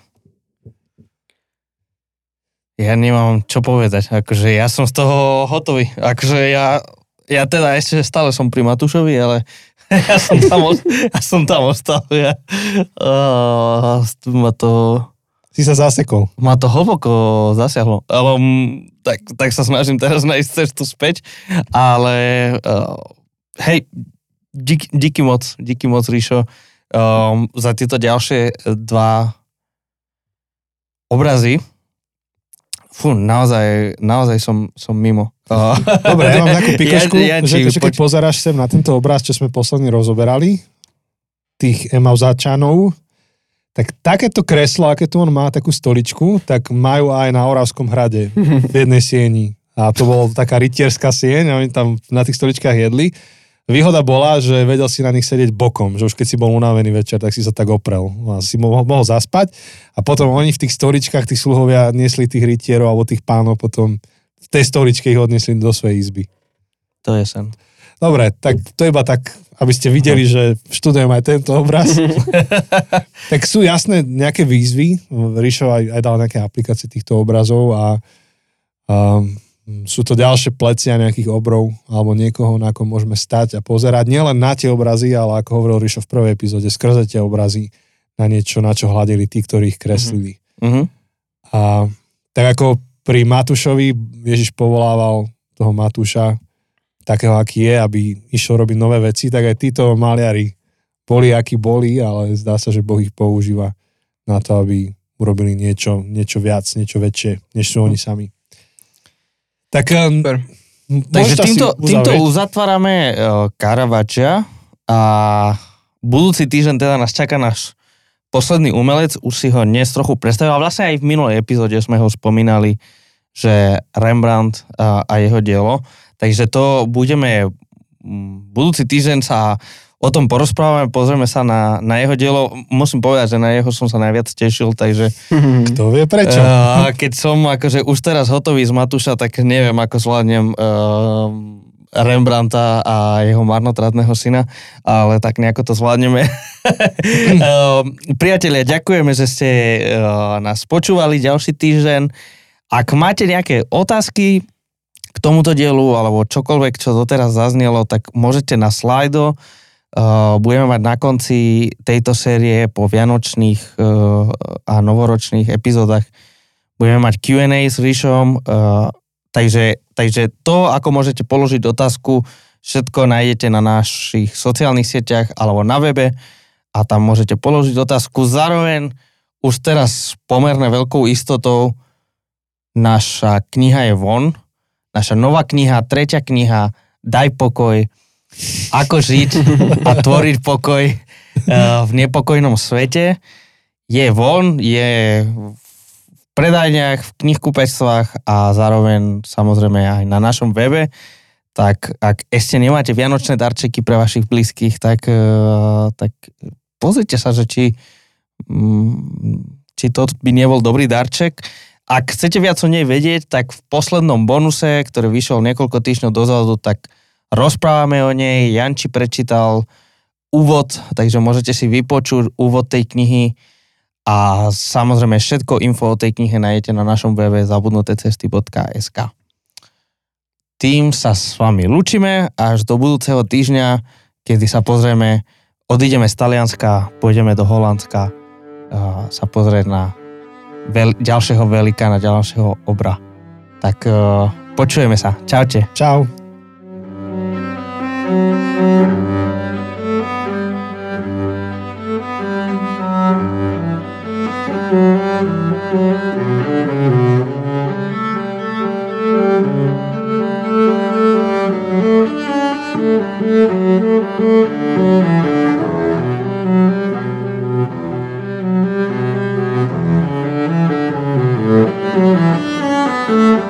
Ja nemám čo povedať. Akože ja som z toho hotový. Akože ja, ja teda ešte stále som pri Matúšovi, ale ja som tam, ja som tam ostal. Ja. Uh, ma to... Si sa zasekol. Ma to hlboko zasiahlo. Ale, tak, tak sa snažím teraz nájsť cestu späť. Ale uh, hej, díky, díky moc, díky moc, Ríšo, um, za tieto ďalšie dva obrazy. Fú, naozaj, naozaj som, som mimo. Uh, Dobre, ja mám takú pikošku, ja, ja, že, či, že keď poč- pozeráš sem na tento obraz, čo sme posledne rozoberali, tých Emauzáčanov, tak takéto kreslo, aké tu on má, takú stoličku, tak majú aj na Oravskom hrade v jednej sieni. A to bola taká rytierská sieň a oni tam na tých stoličkách jedli. Výhoda bola, že vedel si na nich sedieť bokom, že už keď si bol unavený večer, tak si sa tak oprel a si mohol, mohol zaspať a potom oni v tých stoličkách, tí sluhovia niesli tých rytierov alebo tých pánov potom v tej stoličke ich odniesli do svojej izby. To je sen. Dobre, tak to iba tak, aby ste videli, že študujem aj tento obraz. Tak sú jasné nejaké výzvy. Ríšo aj, aj dal nejaké aplikácie týchto obrazov a, a sú to ďalšie plecia nejakých obrov alebo niekoho, na kom môžeme stať a pozerať nielen na tie obrazy, ale ako hovoril Ríšo v prvej epizóde, skrze tie obrazy na niečo, na čo hľadili tí, ktorí ich kreslili. Uh-huh. A tak ako pri Matúšovi Ježiš povolával toho Matúša takého, aký je, aby išiel robiť nové veci, tak aj títo maliari boli, akí boli, ale zdá sa, že Boh ich používa na to, aby urobili niečo, niečo viac, niečo väčšie, než sú oni sami. Tak Takže týmto, týmto uzatvárame uh, Caravaggia a budúci týždeň teda nás čaká náš posledný umelec, už si ho dnes trochu predstavil, a vlastne aj v minulej epizóde sme ho spomínali, že Rembrandt a, a jeho dielo. Takže to budeme, budúci týždeň sa o tom porozprávame, pozrieme sa na, na jeho dielo. Musím povedať, že na jeho som sa najviac tešil, takže... Kto vie prečo? Uh, keď som akože už teraz hotový z Matúša, tak neviem, ako zvládnem uh, Rembrandta a jeho marnotratného syna, ale tak nejako to zvládneme. uh, priatelia, ďakujeme, že ste uh, nás počúvali ďalší týždeň. Ak máte nejaké otázky k tomuto dielu, alebo čokoľvek, čo doteraz zaznelo, tak môžete na slajdo. Uh, budeme mať na konci tejto série po vianočných uh, a novoročných epizódach budeme mať Q and A s Ríšom, uh, takže, takže to, ako môžete položiť otázku, všetko nájdete na našich sociálnych sieťach alebo na webe a tam môžete položiť otázku. Zároveň už teraz pomerne veľkou istotou naša kniha je von, naša nová kniha, tretia kniha Daj pokoj, ako žiť a tvoriť pokoj v nepokojnom svete. Je von, je v predajniach, v knihkupectvách a zároveň samozrejme aj na našom webe. Tak ak ešte nemáte vianočné darčeky pre vašich blízkych, tak, tak pozrite sa, že či, či to by nebol dobrý darček. Ak chcete viac o nej vedieť, tak v poslednom bonuse, ktorý vyšiel niekoľko týždňov dozadu, tak rozprávame o nej, Janči prečítal úvod, takže môžete si vypočuť úvod tej knihy a samozrejme všetko info o tej knihe nájdete na našom webe zabudnutecesty bodka es ká. Tým sa s vami lúčime až do budúceho týždňa, kedy sa pozrieme, odídeme z Talianska, pôjdeme do Holandska a sa pozrieť na veľ, ďalšieho velikána, ďalšieho obra. Tak uh, počujeme sa. Čaute. Čau. Thank you.